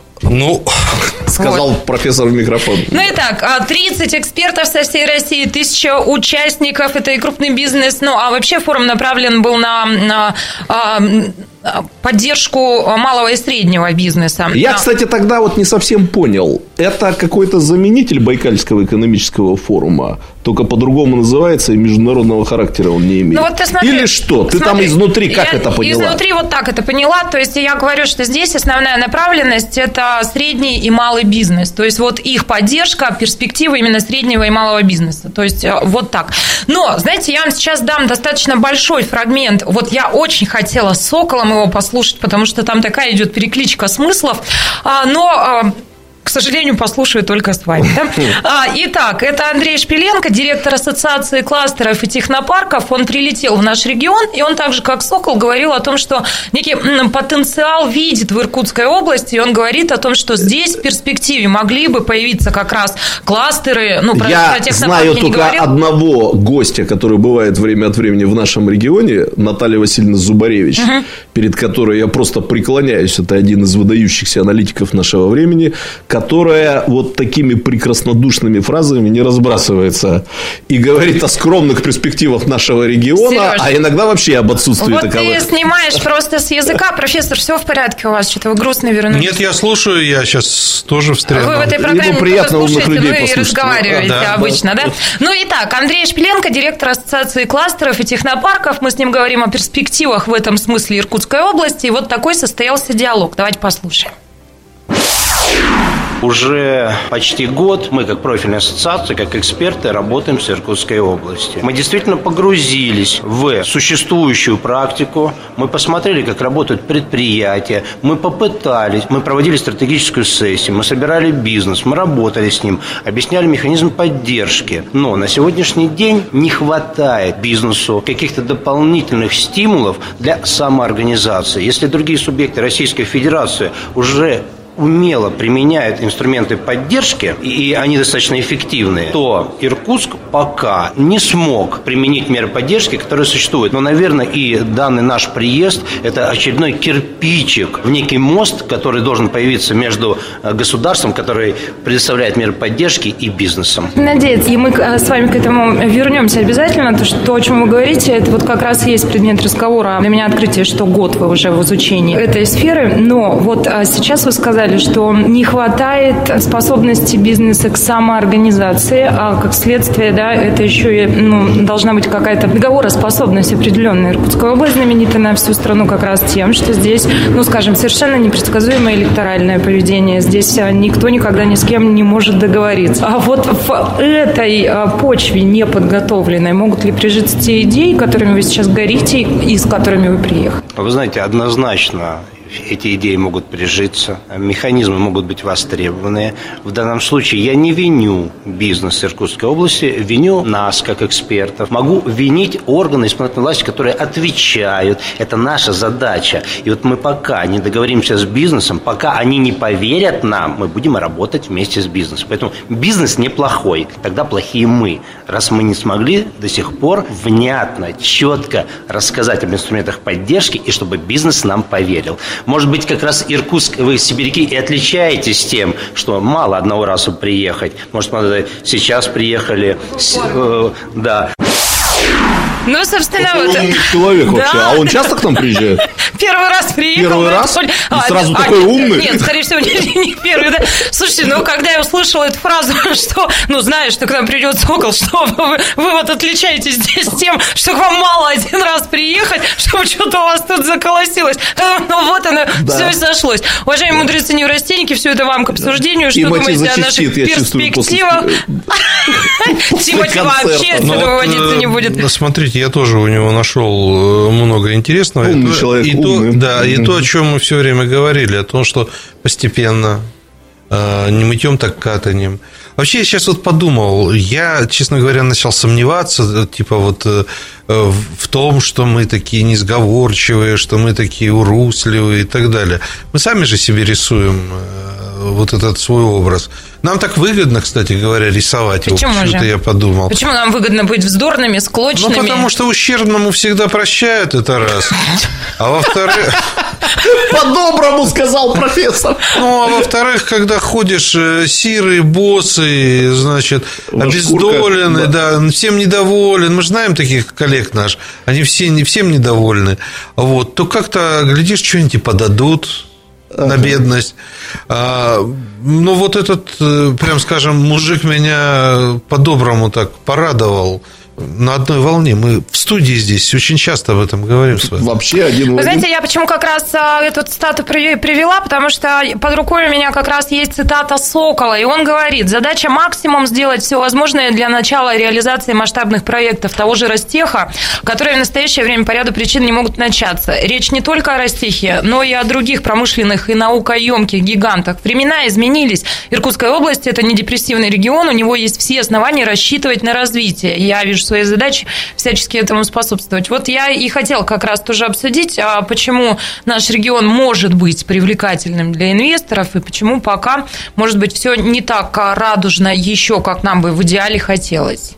Сказал профессор в микрофон. Итак, 30 экспертов со всей России, 1000 участников, это и крупный бизнес. А вообще форум направлен был на поддержку малого и среднего бизнеса. Я, кстати, тогда вот не совсем понял. Это какой-то заменитель Байкальского экономического форума, только по-другому называется, и международного характера он не имеет. Вот ты смотри, или что? Ты там изнутри как это поняла? Изнутри вот так это поняла. То есть я говорю, что здесь основная направленность – это средний и малый бизнес. То есть вот их поддержка, перспективы именно среднего и малого бизнеса. То есть вот так. Но, знаете, я вам сейчас дам достаточно большой фрагмент. Вот я очень хотела с Соколом его послушать, потому что там такая идет перекличка смыслов. Но к сожалению, послушаю только с вами. Да? Итак, это Андрей Шпиленко, директор Ассоциации кластеров и технопарков. Он прилетел в наш регион, и он так же, как Сокол, говорил о том, что некий потенциал видит в Иркутской области, и он говорит о том, что здесь в перспективе могли бы появиться как раз кластеры. Я знаю только одного гостя, который бывает время от времени в нашем регионе, Наталья Васильевна Зубаревич, перед которой я просто преклоняюсь. Это один из выдающихся аналитиков нашего времени, которая вот такими прекраснодушными фразами не разбрасывается и говорит о скромных перспективах нашего региона, Серёж, а иногда вообще об отсутствии таковых. Вот ты снимаешь просто с языка. Профессор, все в порядке у вас? Что-то вы грустно вернулись. Нет, я слушаю, я сейчас тоже встряну. Вы в этой программе приятно слушаете, и разговариваете обычно, да? Итак, Андрей Шпиленко, директор Ассоциации кластеров и технопарков. Мы с ним говорим о перспективах в этом смысле Иркутской области. И вот такой состоялся диалог. Давайте послушаем. Уже почти год мы, как профильная ассоциация, как эксперты, работаем с Иркутской областью. Мы действительно погрузились в существующую практику. Мы посмотрели, как работают предприятия. Мы проводили стратегическую сессию. Мы собирали бизнес, мы работали с ним, объясняли механизм поддержки. Но на сегодняшний день не хватает бизнесу каких-то дополнительных стимулов для самоорганизации. Если другие субъекты Российской Федерации уже умело применяют инструменты поддержки, и они достаточно эффективные, то Иркутск пока не смог применить меры поддержки, которые существуют. Но, наверное, и данный наш приезд – это очередной кирпичик в некий мост, который должен появиться между государством, который предоставляет меры поддержки, и бизнесом. Надеюсь, и мы с вами к этому вернемся обязательно. То, о чем вы говорите, это вот как раз и есть предмет разговора. Для меня открытие, что год вы уже в изучении этой сферы. Но вот сейчас вы сказали, что не хватает способности бизнеса к самоорганизации, а как следствие, да, это еще и должна быть какая-то договороспособность определенная. Иркутская область знаменита на всю страну как раз тем, что здесь, скажем, совершенно непредсказуемое электоральное поведение. Здесь никто никогда ни с кем не может договориться. А вот в этой почве неподготовленной могут ли прижиться те идеи, которыми вы сейчас горите и с которыми вы приехали? Вы знаете, однозначно эти идеи могут прижиться, механизмы могут быть востребованы. В данном случае я не виню бизнес Иркутской области, виню нас, как экспертов. Могу винить органы исполнительной власти, которые отвечают. Это наша задача. И вот мы пока не договоримся с бизнесом, пока они не поверят нам, мы будем работать вместе с бизнесом. Поэтому бизнес неплохой, тогда плохие мы. Раз мы не смогли до сих пор внятно, четко рассказать об инструментах поддержки, и чтобы бизнес нам поверил. Может быть, как раз Иркутск, вы сибиряки и отличаетесь тем, что мало одного раза приехать. Может, мы сейчас приехали, да. Собственно, вот. Умный человек вообще. А он часто к нам приезжает? Первый раз приехал. Первый раз? И сразу такой умный? Нет, скорее всего, не первый. Да? Слушайте, когда я услышала эту фразу, что, знаешь, что к нам придет Сокол, что вы вот отличаетесь здесь тем, что к вам мало один раз приехать, чтобы что-то у вас тут заколосилось. Вот оно, все сошлось. Уважаемые мудрецы-неврастенники, все это вам к обсуждению. Что думаете о наших перспективах? Тимати вообще отсюда выводиться не будет. Смотрите, я тоже у него нашел много интересного. Умный человек, умный. Да, и то, о чем мы все время говорили, о том, что постепенно, не мытьем, так катанием. Вообще, я сейчас вот подумал, я, честно говоря, начал сомневаться, типа вот в том, что мы такие несговорчивые, что мы такие урусливые и так далее. Мы сами же себе рисуем вот этот свой образ. Нам так выгодно, кстати говоря, рисовать его. Почему-то я подумал. Почему нам выгодно быть вздорными, склочными? Ну, потому что ущербному всегда прощают, это раз. А во-вторых... По-доброму сказал профессор. Ну, а во-вторых, когда ходишь сирый, босый, значит, обездоленный, да, всем недоволен, мы же знаем таких коллег наш, они всем недовольны, вот, то как-то, глядишь, что-нибудь подадут на бедность. Ну, вот этот, прям скажем, мужик меня по-доброму так порадовал. На одной волне. Мы в студии здесь очень часто об этом говорим с вами. Вообще один. Вы знаете, я почему как раз эту цитату привела, потому что под рукой у меня как раз есть цитата Сокола, и он говорит: задача максимум сделать все возможное для начала реализации масштабных проектов того же Ростеха, которые в настоящее время по ряду причин не могут начаться. Речь не только о Ростехе, но и о других промышленных и наукоемких гигантах. Времена изменились. Иркутская область – это не депрессивный регион, у него есть все основания рассчитывать на развитие. Я вижу своей задачей всячески этому способствовать. Вот я и хотела как раз тоже обсудить, почему наш регион может быть привлекательным для инвесторов и почему пока, может быть, все не так радужно еще, как нам бы в идеале хотелось.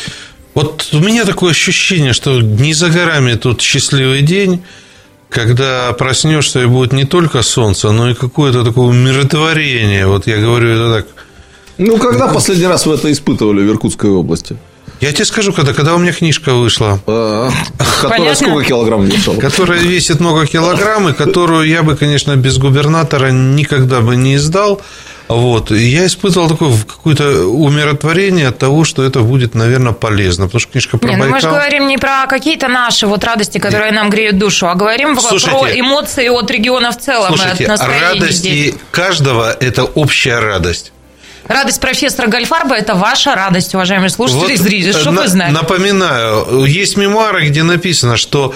Вот у меня такое ощущение, что не за горами тут счастливый день, когда проснешься и будет не только солнце, но и какое-то такое умиротворение. Вот я говорю это так. Ну, когда последний раз вы это испытывали в Иркутской области? Я тебе скажу, когда у меня книжка вышла. Которая сколько килограмм весила? Которая весит много килограмм, и которую я бы, конечно, без губернатора никогда бы не издал. Вот. И я испытывал такое какое-то умиротворение от того, что это будет, наверное, полезно. Потому что книжка про Байкал... Мы же говорим не про какие-то наши вот радости, которые нам греют душу, а говорим про эмоции от региона в целом. Слушайте, радости каждого – это общая радость. Радость профессора Гальфарба – это ваша радость, уважаемые слушатели и зрители. Что вы знаете? Напоминаю, есть мемуары, где написано, что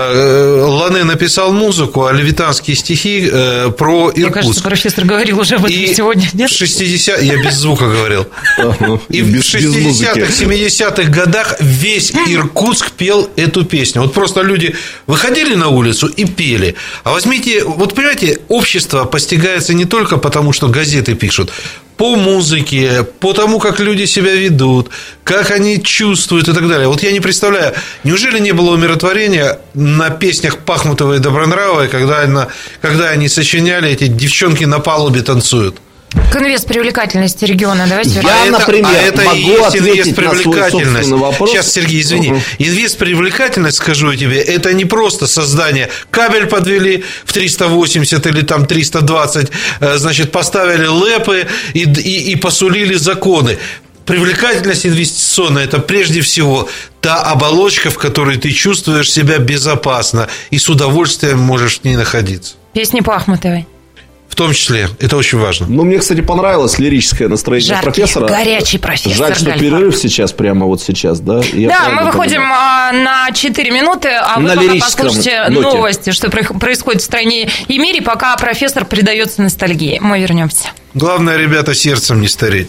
Лане написал музыку, а левитанские стихи про Иркутск. Мне кажется, профессор говорил уже об этом сегодня. Нет? Я без звука говорил. И в 60-х, 70-х годах весь Иркутск пел эту песню. Вот просто люди выходили на улицу и пели. А возьмите, вот понимаете, общество постигается не только потому, что газеты пишут, по музыке, по тому, как люди себя ведут, как они чувствуют и так далее. Вот я не представляю, неужели не было умиротворения на песнях Пахмутовой и Добронравовой, когда они сочиняли «Эти девчонки на палубе танцуют»? К инвест-привлекательности региона. Давайте это могу ответить на свой собственный вопрос. Сейчас, Сергей, извини. Инвест-привлекательность, скажу я тебе, это не просто создание. Кабель подвели в 380 или там 320, значит, поставили лэпы и посулили законы. Привлекательность инвестиционная – это прежде всего та оболочка, в которой ты чувствуешь себя безопасно и с удовольствием можешь в ней находиться. Песни Пахмутовой. В том числе, это очень важно. Ну, мне, кстати, понравилось лирическое настроение профессора. Горячий профессор. Жаль, что перерыв сейчас, прямо вот сейчас, да? Да, мы выходим на 4 минуты, а вы пока послушайте новости, что происходит в стране и мире, пока профессор предается ностальгии. Мы вернемся. Главное, ребята, сердцем не стареть.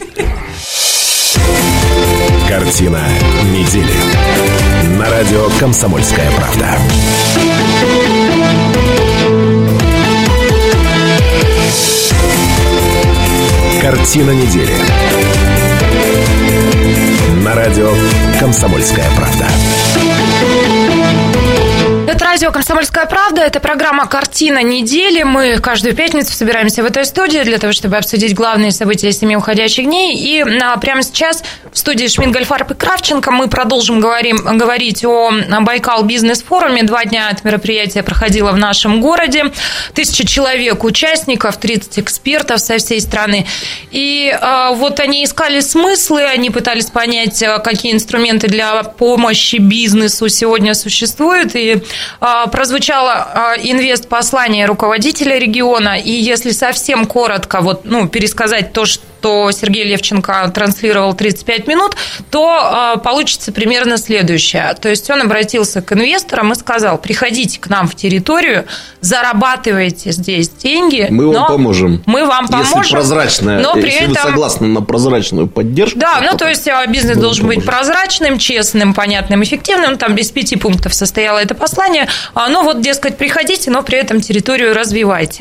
Картина недели. На радио «Комсомольская правда». Картина недели. На радио «Комсомольская правда». Это радио «Комсомольская правда», это программа «Картина недели». Мы каждую пятницу собираемся в этой студии для того, чтобы обсудить главные события 7 уходящих дней. И прямо сейчас в студии Шмидт, Гальфарб и Кравченко мы продолжим говорить о Байкал бизнес-форуме. 2 дня это мероприятие проходило в нашем городе. 1000 человек участников, 30 экспертов со всей страны. И вот они искали смыслы, они пытались понять, какие инструменты для помощи бизнесу сегодня существуют. И прозвучало инвест-послание руководителя региона, и если совсем коротко пересказать то, что Сергей Левченко транслировал 35 минут, то получится примерно следующее. То есть он обратился к инвесторам и сказал: приходите к нам в территорию, зарабатывайте здесь деньги. Мы вам поможем. Мы вам поможем. Если прозрачная, но при если этом... вы согласны на прозрачную поддержку. Да, то есть бизнес должен быть прозрачным, честным, понятным, эффективным. Там из 5 пунктов состояло это послание. Дескать, приходите, но при этом территорию развивайте.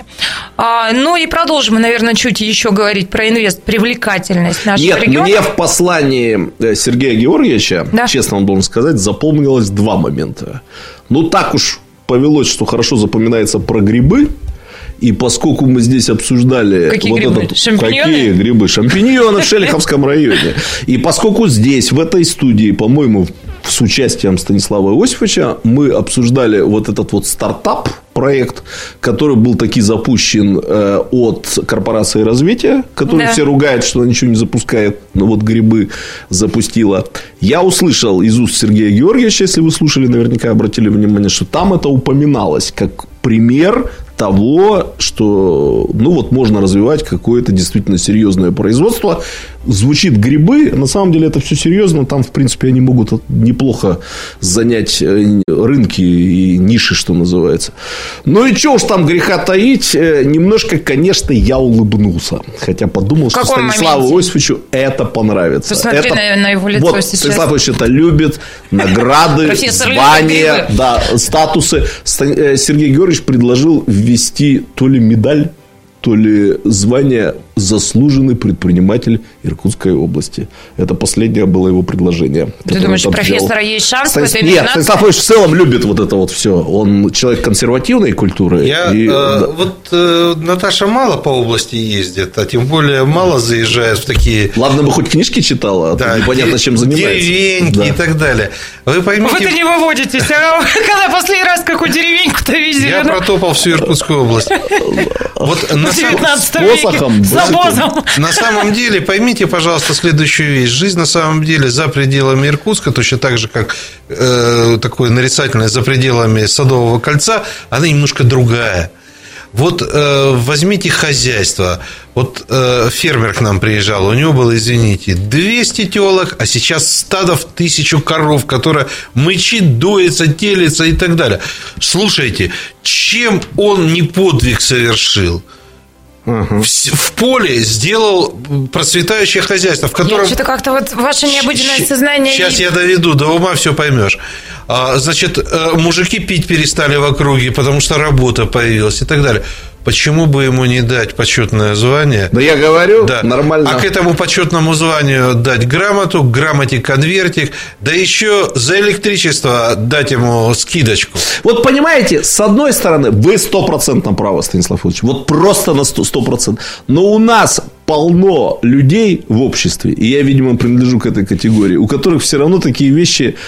И продолжим, наверное, чуть еще говорить про привлекательность нашего региона. Мне в послании Сергея Георгиевича, честно вам должен сказать, запомнилось 2 момента. Так уж повелось, что хорошо запоминается про грибы. И поскольку мы здесь обсуждали... Какие грибы? Шампиньоны? Какие грибы? Шампиньоны в Шелиховском районе. И поскольку здесь, в этой студии, по-моему, с участием Станислава Иосифовича, мы обсуждали этот стартап проект, который был таки запущен от корпорации развития, которую все ругают, что она ничего не запускает, но грибы запустила. Я услышал из уст Сергея Георгиевича, если вы слушали, наверняка обратили внимание, что там это упоминалось как пример того, что можно развивать какое-то действительно серьезное производство. Звучит грибы, на самом деле это все серьезно. Там, в принципе, они могут неплохо занять рынки и ниши, что называется. И что уж там греха таить, немножко, конечно, я улыбнулся. Хотя подумал, что Станиславу Иосифовичу это понравится. Посмотри на его лицо сейчас. Станислав Иосифович это любит. Награды, звания, статусы. Сергей Георгиевич предложил ввести то ли медаль, то ли звание «Заслуженный предприниматель Иркутской области». Это последнее было его предложение. Ты думаешь, у профессора есть шанс в этой Нет, Станислав Ильич в целом любит это все. Он человек консервативной культуры. Наташа мало по области ездит, а тем более мало заезжает в такие... Ладно бы хоть книжки читала, непонятно, чем занимается. Деревеньки и так далее. Вы поймите... Вы-то не выводитесь. Когда последний раз какую деревеньку-то видели? Я протопал всю Иркутскую область. В 19 веке. На самом деле, поймите, пожалуйста, следующую вещь. Жизнь на самом деле за пределами Иркутска, точно так же, как такое нарицательное за пределами Садового кольца, она немножко другая. Возьмите хозяйство. Фермер к нам приезжал, у него было, извините, 200 телок, а сейчас стадо в 1000 коров, которая мычит, дуется, телится и так далее. Слушайте, чем он не подвиг совершил? В поле сделал процветающее хозяйство, в котором... Что-то как-то ваше необычное сознание... Сейчас я доведу, до ума все поймешь. Значит, мужики пить перестали в округе, потому что работа появилась и так далее. Почему бы ему не дать почетное звание? Да я говорю, нормально. А к этому почетному званию дать грамоту, к грамоте конвертик, да еще за электричество дать ему скидочку. Понимаете, с одной стороны, вы 100% правы, Станислав Ильич. Просто на 100%. Но у нас полно людей в обществе, и я, видимо, принадлежу к этой категории, у которых все равно такие вещи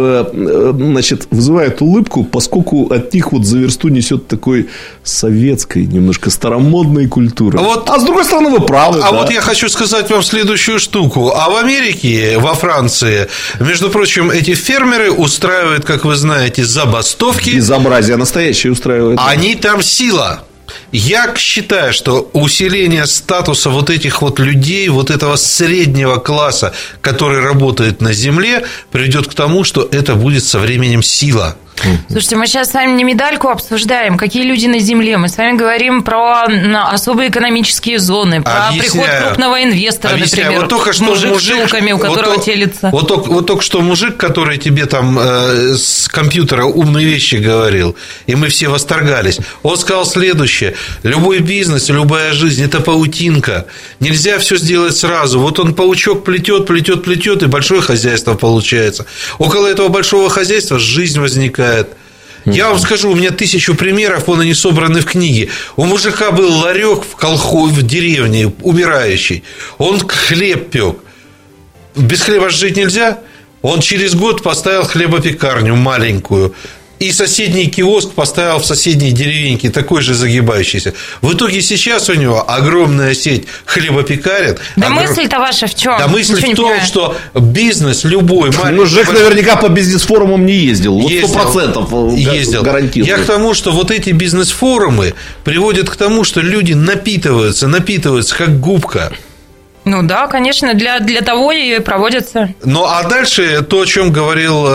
вызывают улыбку, поскольку от них за версту несет такой советской, немножко старомодной культуры. А с другой стороны, вы правы. Я хочу сказать вам следующую штуку. А в Америке, во Франции, между прочим, эти фермеры устраивают, как вы знаете, забастовки. Безобразие настоящее устраивают. Они там сила. Я считаю, что усиление статуса этих людей, этого среднего класса, который работает на земле, приведет к тому, что это будет со временем сила. Слушайте, мы сейчас с вами не медальку обсуждаем, какие люди на земле. Мы с вами говорим про особые экономические зоны, про приход крупного инвестора, например, мужик с жилками, у которого телится. Только что мужик, который тебе там с компьютера умные вещи говорил, и мы все восторгались, он сказал следующее: любой бизнес, любая жизнь – это паутинка. Нельзя все сделать сразу. Он паучок плетет, и большое хозяйство получается. Около этого большого хозяйства жизнь возникает. Я вам скажу, у меня 1000 примеров, они собраны в книге. У мужика был ларек в деревне, умирающий. Он хлеб пек. Без хлеба жить нельзя. Он через год поставил хлебопекарню маленькую. и соседний киоск поставил в соседней деревеньке такой же загибающийся. В итоге сейчас у него огромная сеть хлебопекарен. Да мысль-то ваша в чем? Да мысль в том, что бизнес любой маленький... Ну, Жек наверняка по бизнес-форумам не ездил. Вот 100% ездил. Гарантирую. Я к тому, что вот эти бизнес-форумы приводят к тому, что люди напитываются как губка. Ну да, конечно, для того и проводятся. Ну, а дальше то, о чем говорил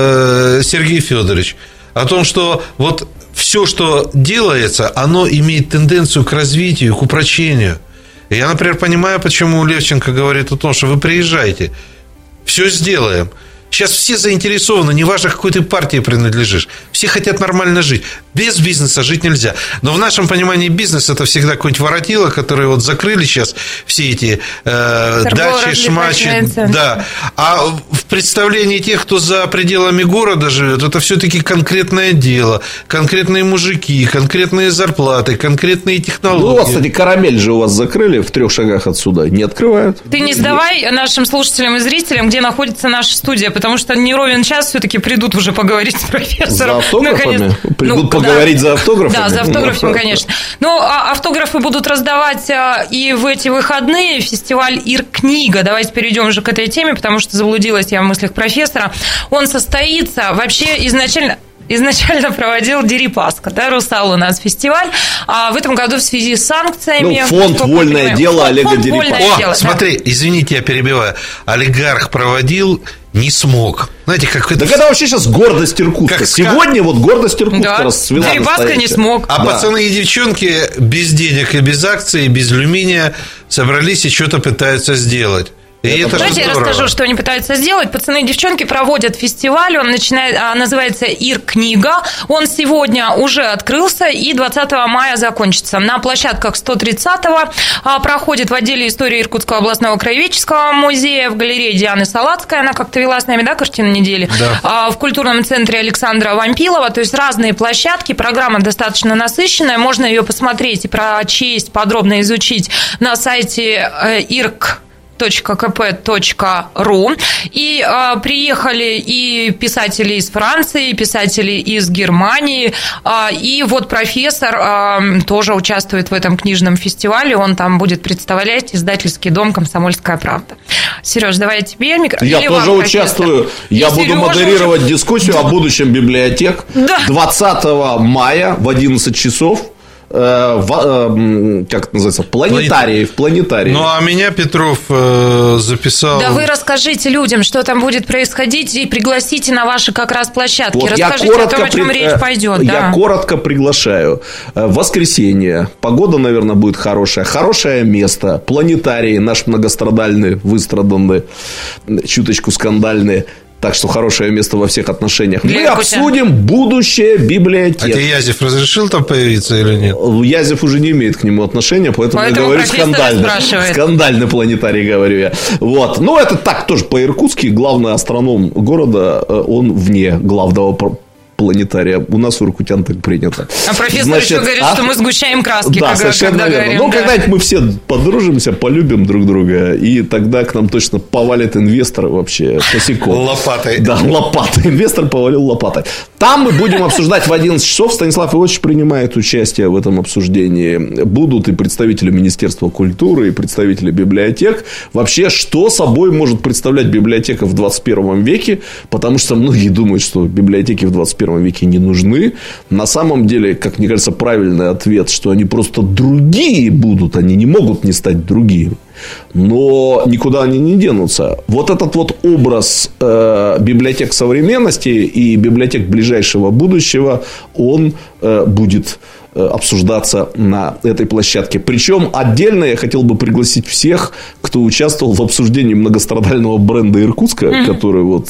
Сергей Федорович, о том, что вот все, что делается, оно имеет тенденцию к развитию, к упрочению. И я, например, понимаю, почему Левченко говорит о том, что вы приезжайте, все сделаем. Сейчас все заинтересованы, неважно, какой ты партии принадлежишь. Все хотят нормально жить. Без бизнеса жить нельзя. Но в нашем понимании бизнес – это всегда какой-нибудь воротило, которые вот закрыли сейчас все эти дачи, шмачи. Да. А в представлении тех, кто за пределами города живет, это все-таки конкретное дело, конкретные мужики, конкретные зарплаты, конкретные технологии. Ну, кстати, Карамель же у вас закрыли в 3 шагах отсюда. Не открывают. Ты не сдавай нашим слушателям и зрителям, где находится наша студия, потому что не ровен час все-таки придут уже поговорить с профессором. За автографами? Придут поговорить за автографами? Да, за автографами, конечно. Ну, автографы будут раздавать и в эти выходные. Фестиваль «Ир-книга». Давайте перейдем уже к этой теме, потому что заблудилась я в мыслях профессора. Он состоится вообще изначально проводил Дерипаска, да, «Русал» у нас фестиваль, а в этом году в связи с санкциями... Ну, фонд «Вольное дело» Олега Дерипаска. Смотри, извините, я перебиваю. Олигарх проводил, не смог. Знаете, как это... Так это вообще сейчас гордость Иркутска. Сегодня вот гордость Иркутска расцвела. Дерипаска не смог. А пацаны и девчонки без денег и без акций, без алюминия собрались и что-то пытаются сделать. Давайте я расскажу, что они пытаются сделать. Пацаны и девчонки проводят фестиваль, он называется «Ир-книга». Он сегодня уже открылся и 20 мая закончится. На площадках 130-го проходит в отделе истории Иркутского областного краеведческого музея, в галерее Дианы Салацкой, она как-то вела с нами, да, картину недели, да. В культурном центре Александра Вампилова, то есть разные площадки, программа достаточно насыщенная, можно ее посмотреть и прочесть, подробно изучить на сайте irk.kp.ru. И приехали и писатели из Франции, и писатели из Германии, и вот профессор тоже участвует в этом книжном фестивале, он там будет представлять издательский дом «Комсомольская правда». Сереж, давай тебе микрофон. Я тоже участвую. Я буду модерировать дискуссию о будущем библиотек 20 мая в 11 часов. Как это называется? В планетарии. Ну, а меня Петров записал. Да вы расскажите людям, что там будет происходить, и пригласите на ваши как раз площадки. Вот расскажите о том, о чем речь пойдет. Я коротко приглашаю. Воскресенье. Погода, наверное, будет хорошая. Хорошее место. Планетарий наш многострадальный, выстраданный, чуточку скандальный. Так что хорошее место во всех отношениях. Мы обсудим будущее библиотек. А тебе Язев разрешил там появиться или нет? Язев уже не имеет к нему отношения, поэтому я говорю скандально. Скандальный планетарий, говорю я. Вот. Но это так тоже по-иркутски. Главный астроном города, он вне главного планетария. У нас у иркутян так принято. А профессор еще говорит, что мы сгущаем краски. Да, совершенно верно. Ну, когда-нибудь мы все подружимся, полюбим друг друга, и тогда к нам точно повалит инвестор вообще косяком. Лопатой. Да, лопатой. Инвестор повалил лопатой. Там мы будем обсуждать в 11 часов. Станислав Иванович принимает участие в этом обсуждении. Будут и представители Министерства культуры, и представители библиотек. Вообще, что собой может представлять библиотека в 21 веке? Потому что многие думают, что библиотеки в 21 веке не нужны. На самом деле, как мне кажется, правильный ответ, что они просто другие будут, они не могут не стать другими. Но никуда они не денутся. Вот этот вот образ библиотек современности и библиотек ближайшего будущего, он будет обсуждаться на этой площадке. Причем отдельно я хотел бы пригласить всех, кто участвовал в обсуждении многострадального бренда Иркутска, который вот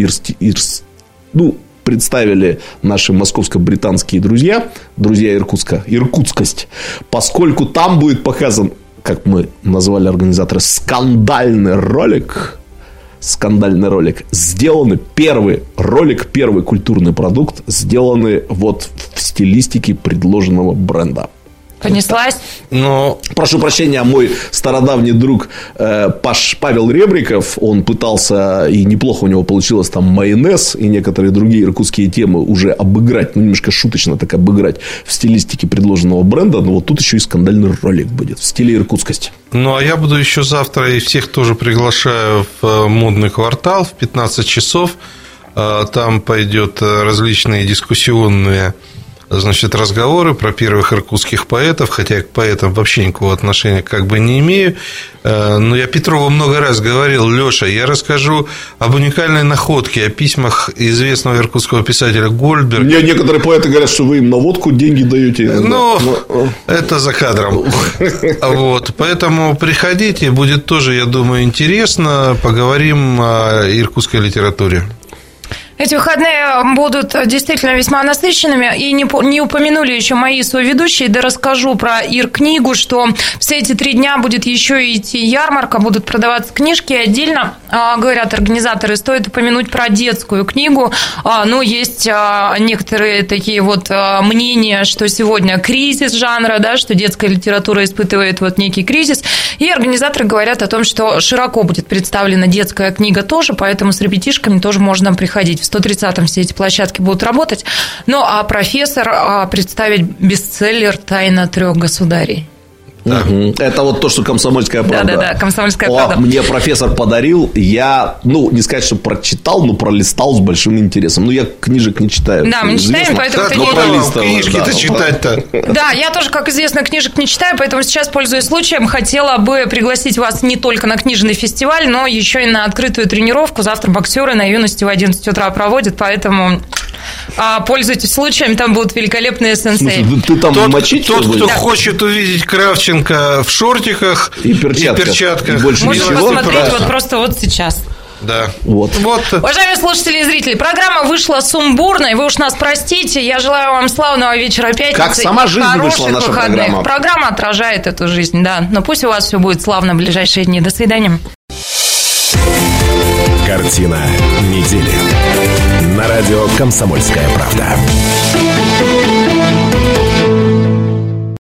представили наши московско-британские друзья Иркутска, иркутскость, поскольку там будет показан, как мы назвали организаторы, скандальный ролик, сделанный первый культурный продукт, сделанный вот в стилистике предложенного бренда. Понеслась. Но... Прошу прощения, мой стародавний друг Павел Ребриков, он пытался, и неплохо у него получилось там майонез и некоторые другие иркутские темы уже обыграть, немножко шуточно так обыграть в стилистике предложенного бренда, но вот тут еще и скандальный ролик будет в стиле иркутскости. Ну, а я буду еще завтра и всех тоже приглашаю в модный квартал в 15 часов. Там пойдет различные дискуссионные, значит, разговоры про первых иркутских поэтов, хотя я к поэтам вообще никакого отношения как бы не имею. Но я Петрову много раз говорил: Леша, я расскажу об уникальной находке, о письмах известного иркутского писателя Гольдберга. Мне некоторые поэты говорят, что вы им на водку деньги даете. Ну, это за кадром. Вот, поэтому приходите, будет тоже, я думаю, интересно. Поговорим о иркутской литературе. Эти выходные будут действительно весьма насыщенными. И не упомянули еще мои соведущие. Да расскажу про Ир-книгу, что все эти 3 дня будет еще идти ярмарка, будут продаваться книжки. И отдельно, говорят организаторы, стоит упомянуть про детскую книгу. Ну, есть некоторые такие вот мнения, что сегодня кризис жанра, да, что детская литература испытывает вот некий кризис. И организаторы говорят о том, что широко будет представлена детская книга тоже, поэтому с ребятишками тоже можно приходить. В 130-м все эти площадки будут работать. Ну, а профессор представить бестселлер «Тайна 3 государей». Да. Это вот то, что «Комсомольская правда». Да, «Комсомольская правда». Мне профессор подарил, я, не сказать, что прочитал, но пролистал с большим интересом. Я книжек не читаю. Да, мы не читаем, поэтому... Книжки-то читать-то. Да, я тоже, как известно, книжек не читаю, поэтому сейчас, пользуясь случаем, хотела бы пригласить вас не только на книжный фестиваль, но еще и на открытую тренировку. Завтра боксеры на юности в 11 утра проводят, поэтому... пользуйтесь случаем, там будут великолепные сенсеи. Ты там тот, кто хочет увидеть Кравченко в шортиках и перчатках. Можно посмотреть вот просто вот сейчас. Да. Вот. Уважаемые слушатели и зрители, программа вышла сумбурной. Вы уж нас простите. Я желаю вам славного вечера пятницы. Как сама жизнь вышла наша программа. Программа отражает эту жизнь, да. Но пусть у вас все будет славно в ближайшие дни. До свидания. Картина недели. На радио «Комсомольская правда».